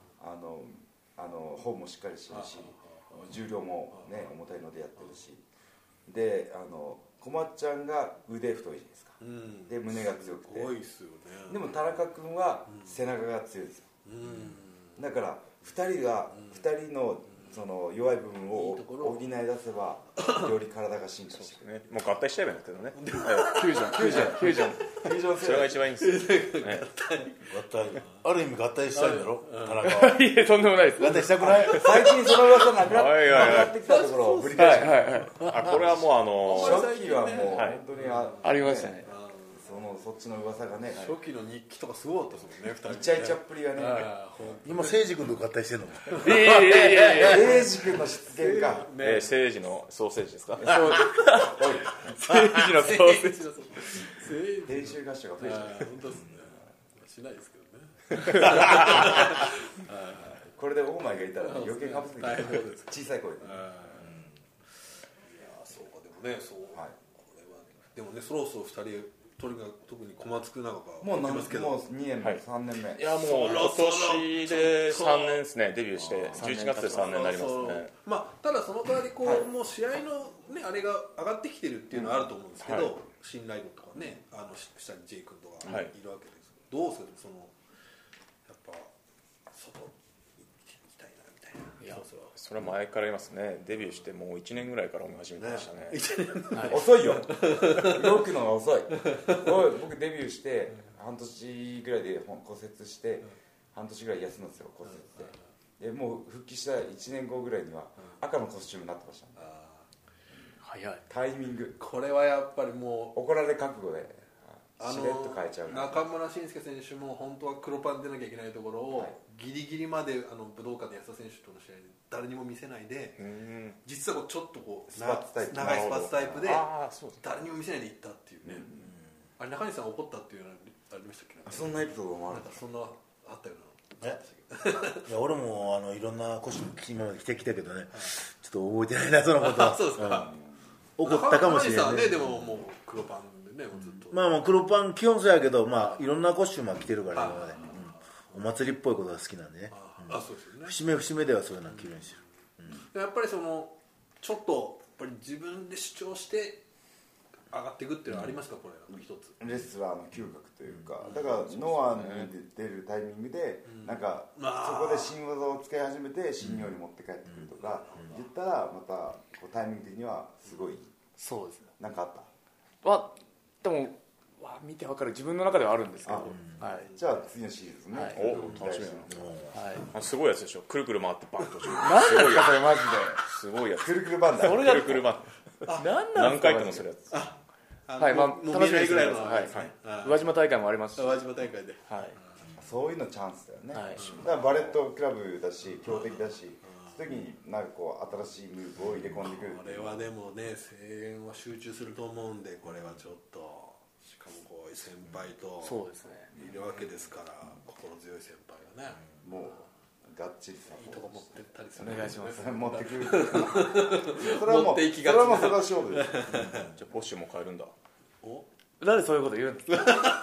本もしっかりしてるし、重量もね重たいのでやってるし、で小松ちゃんが腕太いじゃないですか、で胸が強くて、
すごいっすよね。
でも田中君は背中が強いですよ、だから2人のその弱い部分を補い出せばより体が進化してくる、
もう合体しちゃえばいいんだけどね。
フュージョン
それが一番いいんですよ。
合体、ある意味合体したいんだろ、田中は。
いやとんでもないです。
合体したくない？
最近その噂なくなってきたところをぶり返して、
これはもう
初期はもう本当に
ありましたね。
そっちの噂がね、
初期の日記とかすごかったですもんね、2人
イチャイチャっぷりがね、
今誠司君と合体してんの？
誠司君の出現か、
誠司のソーセージですか？
誠司のソーセージ、
練習合宿が増えちゃう。
本当ですね。しないですけどね。
これでオーマイがいたら余計かぶせて小さい声で。いや
そうか、でもね、そうこれはでもね、そろそろ2人特に小松君なんか
もう2年目、3年目。
いやもう今年で3年ですね、デビューして11月で3年になりますね。
ただその代わりもう試合のねあれが上がってきてるっていうのはあると思うんですけど、信頼度とかね、下に J 君とかいるわけですけど、どうするやっぱ外行きたいなみたいな。
いやそれは前から言いますね。デビューしてもう1年ぐらいから思い始めてましたね。
遅いよ、動くのが遅い。僕デビューして半年ぐらいで骨折して半年ぐらい休むんですよ、骨折で。もう復帰した1年後ぐらいには赤のコスチュームになってました、
早い。
タイミング、
これはやっぱりもう
怒られ覚悟でしれっと変えちゃう。
中村慎介選手も本当は黒パン出なきゃいけないところを、ギリギリまで武道館で安田選手との試合で誰にも見せないで、実はちょっと長いスパッツタイプで誰にも見せないでいったっていうね。あれ中西さん怒ったっていうのありましたっけ？
そんなエピソードもあるんだ。
そんなあったような。
いや俺もいろんなコスチューム今まで着てきたけどね、ちょっと覚えてないなそのことは。
そうですか。
怒ったかもしれない。
中西さんね、でももう黒パンでね、ずっと。
もう黒パン基本そうやけど、いろんなコスチュームは着てるから今まで、お祭りっぽいことが好きなんでね。
そうですよね。
節目ではそういうのを着るようにして
る。やっぱりちょっとやっぱり自分で主張して上がっていくっていうのはありますか、これ一つ。
レスラーの嗅覚というか、だからノアに出るタイミングでなんかそこで新技を使い始めて新日本に持って帰ってくるとか言ったら、またタイミング的にはすごい。
そうですね。
なんかあった？
でも見て分かる、自分の中ではあるんですけど、
じゃあ次のシリーズね。
楽しみだな。すごいやつでしょ、くるくる回ってバンと。
何ですかそれマジで。
すごいやつ。
くるくるバンダ。
くるくるバン。
何なん
何回でもするやつ。
はい、まあ楽しみにぐらいの宇和島大会もありますし、
宇和島大会で、
はい、
そういうのチャンスだよね、はい、だからバレットクラブだし強敵だし、その時になんかこう新しいムーブを入れ込んでくる。
これはでもね声援は集中すると思うんで、これはちょっとしかもこういう先輩といるわけですから、心強い先輩がね、
もうがっちりさ
いいとこ持ってったりす
る。お願いします。
持ってくる。
それはもうそれはもうそれは
勝負です。
じゃあポッシュも変えるんだ。
お？なんでそういうこと言うんですか。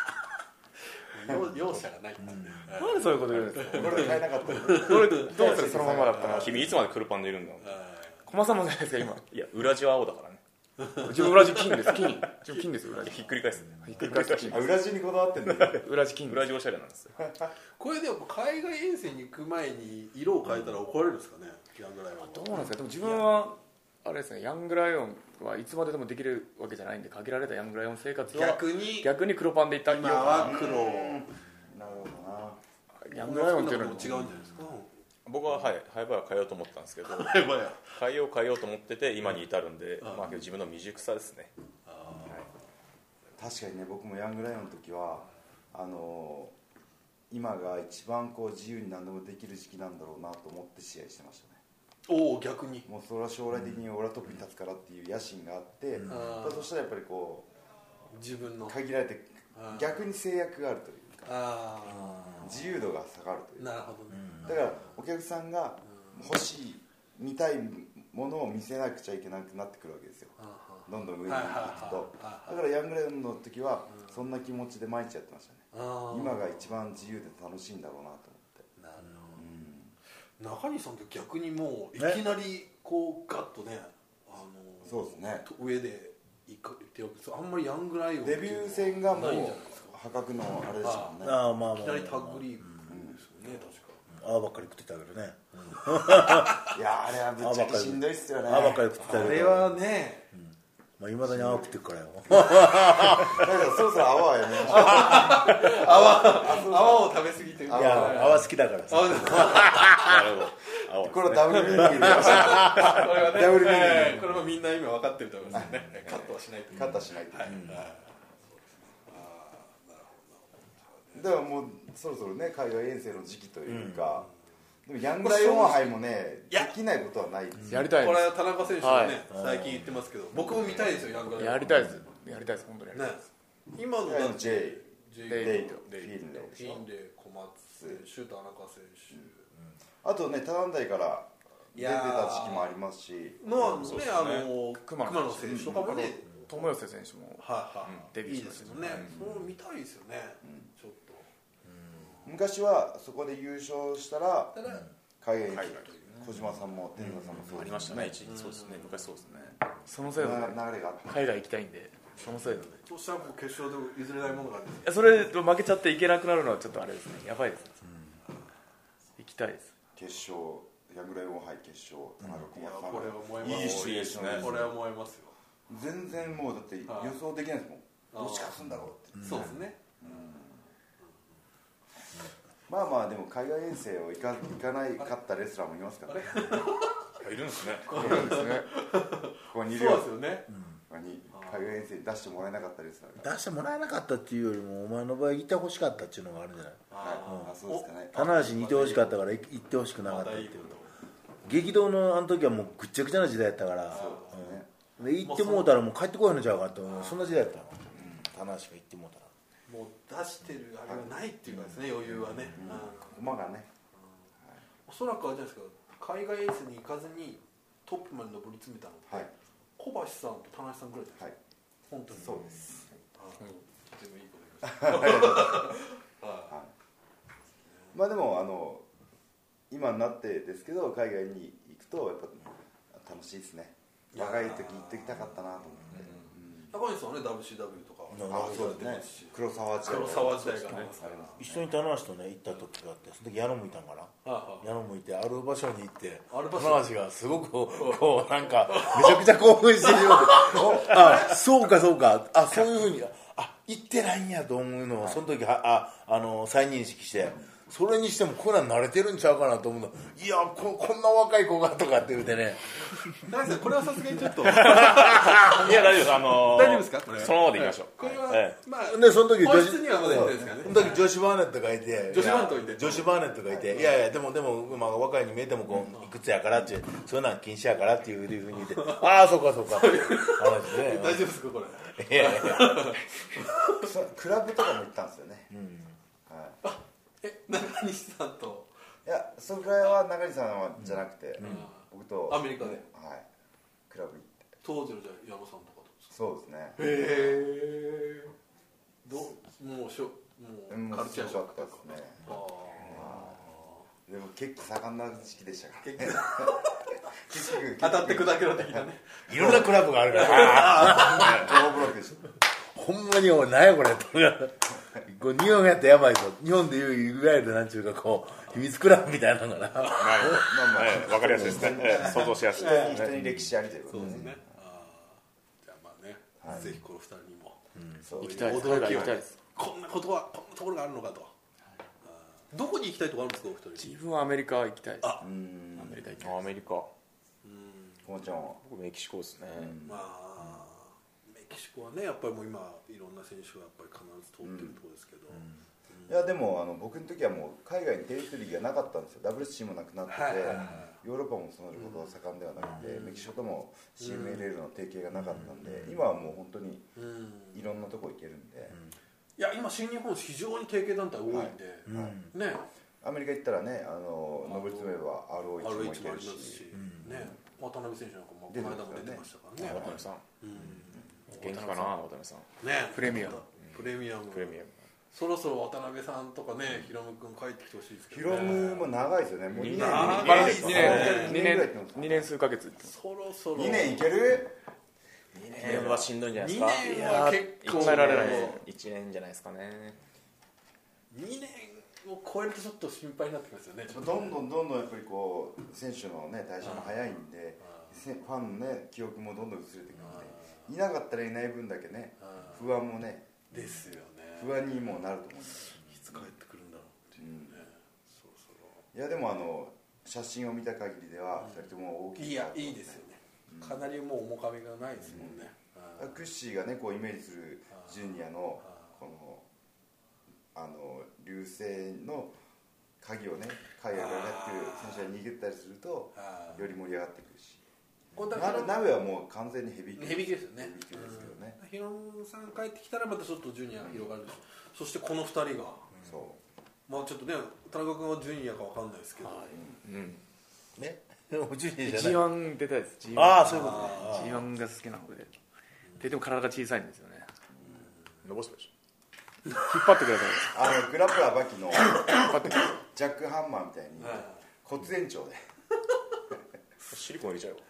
容赦がない。
なんでそういうこと言うんですか。
これ変えなかった。
これどうするそのままだったら。
君いつまで黒パンでいるんだ。
駒さんもじゃないですか今。
いや裏地は青だからね。
自分裏地金です。金です。裏地
ひっくり返す。
ひっくり返す金。
裏地にこだわってんだ。
裏地金。
裏地おしゃれなんですよ。
これでも海外遠征に行く前に色を変えたら怒られるんですかね。ヤングライオン。
どうなんですか。でも自分はあれですね、ヤングライオンはいつまででもできるわけじゃないんで、限られたヤングライオン生活は逆に黒パンでいった
今は黒。
なるほどな。
ヤングライオンっていうのは
違うんじゃないですか。
僕はハイバー変えようと思ったんですけど、変えようと思ってて今に至るんで、まあ自分の未熟さですね。
確かにね、僕もヤングライオンの時は今が一番こう自由に何でもできる時期なんだろうなと思って試合してましたね。
おお、逆に
もうそれは将来的に俺はトップに立つからっていう野心があって、そしたらやっぱりこう
自分の
限られて逆に制約があるというか、自由度が下がるというか。
なるほどね。
だからお客さんが欲しい見たいものを見せなくちゃいけなくなってくるわけですよ。どんどん上に行くと。だからヤングライオンの時はそんな気持ちで毎日やってましたね。今が一番自由で楽しいんだろうなと思って。
なるほど。中西さんって逆にもういきなりこうガッとね、
そうですね。
上で行っておく。あんまりヤングライオン
デビュー戦がもう破格のあれですもんね。
いきなりタッグリーグですよね、確か。
泡ばっかり食ってたけどね。
いやあれはぶっちゃけしんどいっすよね。
泡ばっかり食ってたけど。
あれはね、
まあ未だに泡食ってるからよ。
だからそろそろ泡はやめましょう。
泡を食べ過ぎてる。
いや泡好きだからさ。
なるほど。
これダブルミーニングで出ました。
これはね、
ダブルミーニング。
これもみんな今分かってると思いますね。カットはしないと。
カットはしないと。だからもうそろそろね海外遠征の時期というか、でもヤングライオン杯もねできないことはないです。
やりたいです。
これは田中選手もね最近言ってますけど、僕も見たいですよヤングライオン。
やりたいです。やりたいです本当に。
今の
だって J
デイ
とフィンレイ、
フィンレイ、小松選手、田中選手。
あとね他団体から出てた時期もありますし、
のね熊野選手とかもね、
友寄選手も
デビューしましたね。そう見たいですよね。ちょっと。
昔はそこで優勝したら海外に小島さんも天童さんもそう
ありましたね。そうですね。昔そうですね。
そのせいで
流れがあった。
海外行きたいんで、そのせいで。
そうしたら決勝で譲れないものがあるんです。
それ負けちゃっていけなくなるのはちょっとあれですね。やばいです。行きたいです。
決勝ヤングライオン杯決勝田中小松さん。
これは思います。
いいシチュエーション。
これは思いますよ。
全然もうだって予想できないですもん。どっち勝つんだろうって。
そうですね。
まあまあでも海外遠征を行かないかったレスラーもいますからね。
いるんですね。
そうですね。
ここにいる
そうですよね。
海外遠征に出してもらえなかったレスラーが。
出してもらえなかったっていうよりもお前の場合行ってほしかったっていうのがあるんじゃない。
そうですかね。
棚橋にいてほしかったから行ってほしくなかったっていう。激動のあの時はもうぐっちゃぐちゃな時代やったから。で行ってもうたらもう帰ってこいのちゃうかってそんな時代やったの。棚橋が行ってもうたら。
もう出してるあれはないっていうかですね、余裕はね。
駒がね。
おそらくあれじゃないですか、海外遠征に行かずにトップまで上り詰めたのって小橋さんと田中さんぐらいです。本当にそうです。全部いいこと言いました。
まあでも今になってですけど海外に行くとやっぱ楽しいですね。若い時行ってきたかったなと思って。
高西さんはね WCW とか
そうですね。黒沢時
代がね
一緒に棚橋とね行った時があって、その時矢野向いたんかな。矢野向いてある場所に行って棚橋がすごくこうなんかめちゃくちゃ興奮してるようであそうかそうかそういうふうに行ってないんやと思うのをその時再認識して、 それにしてもこんなん慣れてるんちゃうかなと思うの。いや こんな若い子がとかって言うてね。
大丈夫、これはさすがにちょっとい
や大丈夫です、
大丈夫ですか、これ
そのままでいきましょう。
これは、まあ
でその時
本質にはまだいってないですからね。
その時女子バーネットがいて、
女子バーネットがいて、
女子バーネットがいて、いやいやでもまあ若いに見えてもこういくつやからっていう、そういうのは禁止やからっていうふうに言って、ああそうかっていう話で、
大丈夫ですかこれ。
いやいや
クラブとかも行ったんですよね。はい。
中西さんと。
いや、それは中西さんじゃなくて、僕と
アメリカで、
はい、クラブ行って。
当時のじゃあ矢野さんとかと。
そうですね。
へえ。もうカルチャーショック
ですね。でも結構盛んな時期でしたから。結局
当たって砕けろ的なね。
いろんなクラブがあるから。
超ブロックでした。
ほんまにおい何やこれと。こう日本やったらやばいぞ。日本でいういわゆるなんちゅうかこう秘密クラブみたいなのがな。
まあ分かりやすいですね。想像しやすい。
人に歴史ありということ
ですね。じゃあまあね、ぜひこの2人にも
行きたいです。海外行きたいです。
こんなところがあるのかと。どこに行きたいとこあるんですかお二人。
自分はアメリカ行きたいです。
ア
メリカ行きたい。アメリカ。
このちゃんは。
僕メキシコですね。
まあメキシコはねやっぱりもう今いろんな選手がやっぱり必ず通ってるところですけど。
いやでも僕の時はもう海外にテリトリーがなかったんですよ。WC もなくなってて、ヨーロッパもそのこと盛んではなくて、メキシコとも CMLL の提携がなかったんで、今はもう本当にいろんなとこ行けるんで。
いや今新日本非常に提携団体多いんで、ね。
アメリカ行ったらね、上り詰めれば ROH も行けるし、
ね。渡辺選手なんかもこの間も出てましたからね。
渡辺さん。元気かな渡辺さん。
ね。
プレミアム。
そろそろ渡辺さんとかね、ヒロム君帰ってきてほしいですけ
どね。ヒロムも長いですよね。もう2
年数ヶ月。
そろそろ
2年いける
2年はしんどいんじゃないですか。
2年は結構
考えられない。1年じゃないですかね。
2年を超えるとちょっと心配になってきますよね。
どんどんやっぱりこう選手のね代謝も早いんで、ファンのね記憶もどんどん薄れてくるんで、いなかったらいない分だけね不安もね
ですよね。
不安にもなると思うんです。
いつ帰ってくるんだろうっていうね。
いやでも写真を見た限りでは2人とも大きい。
いやいいですよね。かなりもう面影がないですもんね。
クッシーがねこうイメージするジュニアのこの流星の鍵をね海外からやってる選手が握ったりするとより盛り上がってくるし、鍋はもう完全にヘビー級
ですよね。ヒロムさん帰ってきたらまたちょっとジュニアが広がるでしょ。そしてこの2人がまあちょっとね田中君はジュニアか分かんないですけど
ねジュニアじゃない。
G1 出たいです。
ああそういうことね。
G1 が好きなので。でも体が小さいんですよね。
伸ばすでしょ。
引っ張ってください。
グラップラーバキのジャックハンマーみたいに骨伝長で
シリコン入れちゃうよ。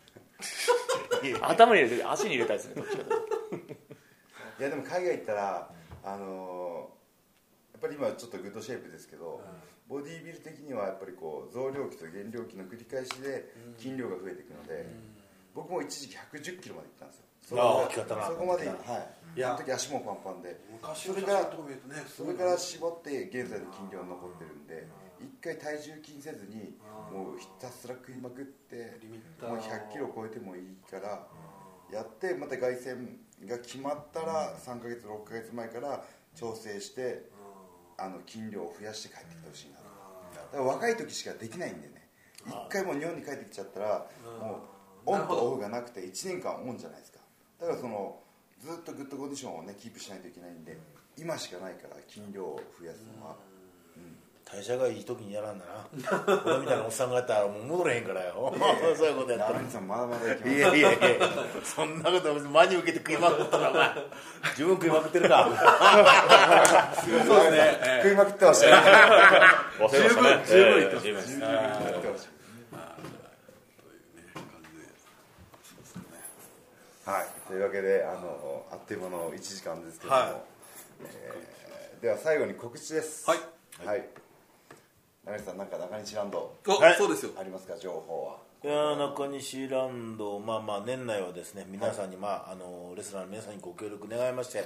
頭に入れて足に入れたいですね。どっちかというと。
いやでも海外行ったらやっぱり今ちょっとグッドシェイプですけど、ボディービル的にはやっぱりこう増量期と減量期の繰り返しで筋量が増えていくので、僕も一時期110キロまで行ったんですよ。そこまで、はい、その時足もパンパンで、それから絞って現在の筋量が残ってるんで、一回体重筋せずにもうひたすら食いまくって、もう100キロ超えてもいいからやって、また凱旋が決まったら3ヶ月6ヶ月前から調整して筋量を増やして帰ってきてほしいな。だから若い時しかできないんでね、一回もう日本に帰ってきちゃったらもうオンとオフがなくて1年間オンじゃないですか。だからずっとグッドコンディションをねキープしないといけないんで、今しかないから筋量を増やすのは、
代謝がいい時にやらんだな。俺みたいなおっさんがやったらもう戻れへんからよ。そういうことやったら。
さんまだまだいきます。
いやそんなこと真に受けて食いまくったらお前自分食いまくってるか。
そうですね。食いまくってましたね。
十分言ってます。
はい、というわけであっという間の1時間ですけども、では最後に告知です。はい。中西さん、なんか中西ランド
そうですよ。
ありますか、情報は。
いや中西ランド、年内はですね皆さんに、レスラーの皆さんにご協力願いまして、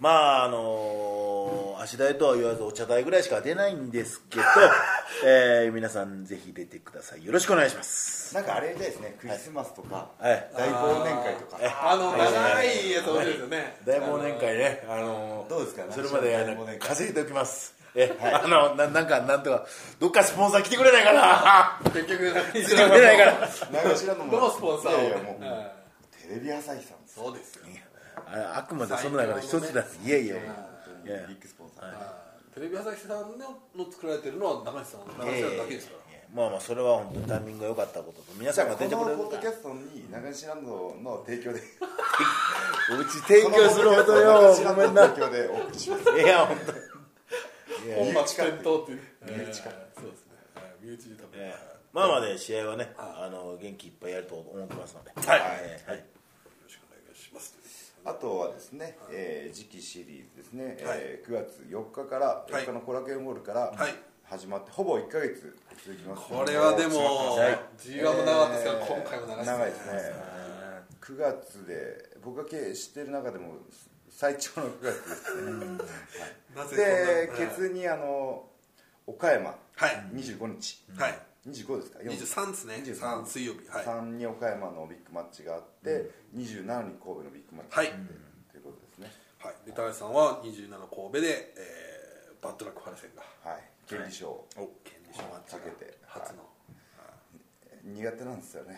足代とは言わずお茶代ぐらいしか出ないんですけど、皆さんぜひ出てください。よろしくお願いします。
なんかあれですね、クリスマスとか、大忘年会とか、
長いやつ多いですよね。
大忘年会ね、
どうですかね。
それまで稼いでおきます。なんとかどっかスポンサー来てくれないかな。
結局
来てくれないから
長島の
どのスポンサーを。
いやもうテレビ朝日さん。
そうですよ。
あくまでその中の一つだ。いやいや
ビッグスポンサー。
テレビ朝日さんの作られてるのは長西さんだけですから。
それは本当にタイミングが良かったことと皆さんが出てくれる
このポッドキャストに長西ランドの提供で
うち提供するほどよ。ごめんな。
提供でお送りします。
いや本当に
本末転倒っていう。
身内か。
そうですね。身内で食べる。
で試合はね元気いっぱいやると思ってますので、
はい。よろしくお願いします。
あとはですね、次期シリーズですね、9月4日から4日の後楽園ホールから始まってほぼ1ヶ月続きます。
これはでも G1 も長かったですけど今回も
長いですね。9月で僕が知っている中でも最長の9月ですね。でケツに岡山25日、25ですか
23ですね。23水曜日、
3に岡山のビッグマッチがあって、27に神戸のビッグマッチがあってということですね。
で高橋さんは27神戸でバッドラックファルセンが
権利賞をかけて
初の
苦手なんですよね。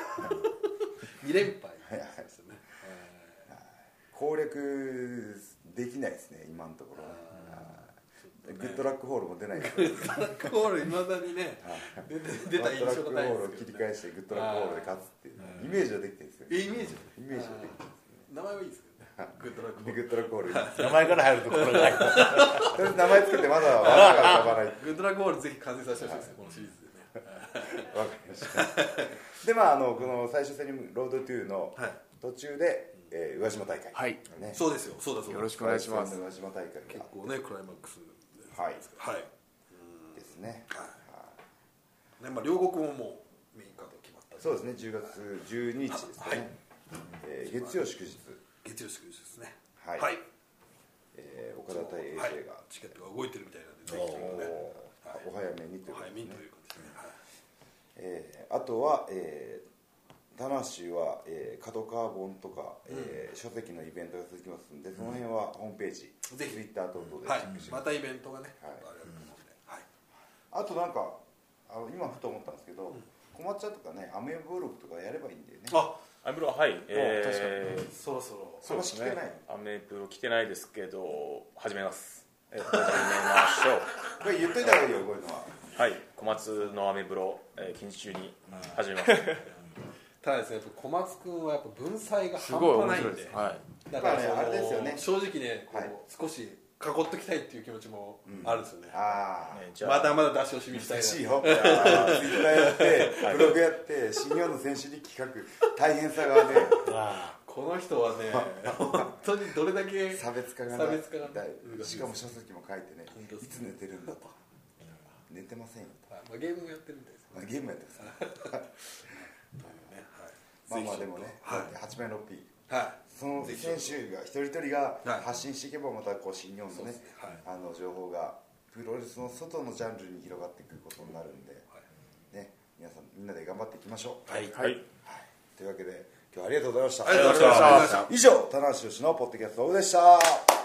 2連敗ですよね。
攻略できないですね今のところ。グッドラックホールも出ない。
グッドラックホールいまだにね出た印象がない
グッドラックホールを切り返してグッドラックホールで勝つっていうイメージはできてるんですよ。
イメージ
はできてるんです。
名前はいいですけどね。グッドラックホール。
グッドラックホール。
名前から入るところがない。
とりあえず名前つけてまだわからない。
グッドラックホールぜひ完成させてほしいですねこのシリーズでね。
わかりました。でこの最終戦にロードトゥーの途中で宇和島大会。
そうですよ。そうだ
よろしくお願いします。
宇和島大会
結構ねクライマックス。
ですね。
両国ももうメインカード決まった。
そうですね。10月12日ですね。月曜祝日。
月曜祝日ですね。
岡田対 AJ が
チケットが動いてるみたいなんでぜひね
お早めにという
ことです
ね。あとは田無は角川本とか書籍のイベントが続きますのでその辺はホームページ
ぜひ
Twitter 等々でチェックして
またイベントがね
あとなんか今ふと思ったんですけど小松ちゃんとかねアメブログとかやればいいんだよね。
アメブロ確かに
そろそろ
話来てない。
アメブロ来てないですけど始めます始めましょう。
これ言っといた方がいいよこういうのは。
小松のアメブロ近日中に始めます。
ただですね小松君はやっぱ文才が半端ないんでだからあれですよね正直ね少し囲っときたいっていう気持ちもあるんですよね。まだまだ出し惜しみしたいな。
ツイッターやってブログやって新日本の選手に企画大変さがね
この人はね本当にどれだけ
差別化がない。しかも書籍も書いてねいつ寝てるんだと寝てませんよと。
ゲームもやってるみたいです。
ゲームやってますでもね8枚6匹その選手が一人一人が発信していけばまた新日本のね情報がプロレスの外のジャンルに広がっていくことになるんでね皆さんみんなで頑張っていきましょう。というわけで今日はありがとうございました。
ありがとうございました。
以上棚橋宏のポッドキャストでした。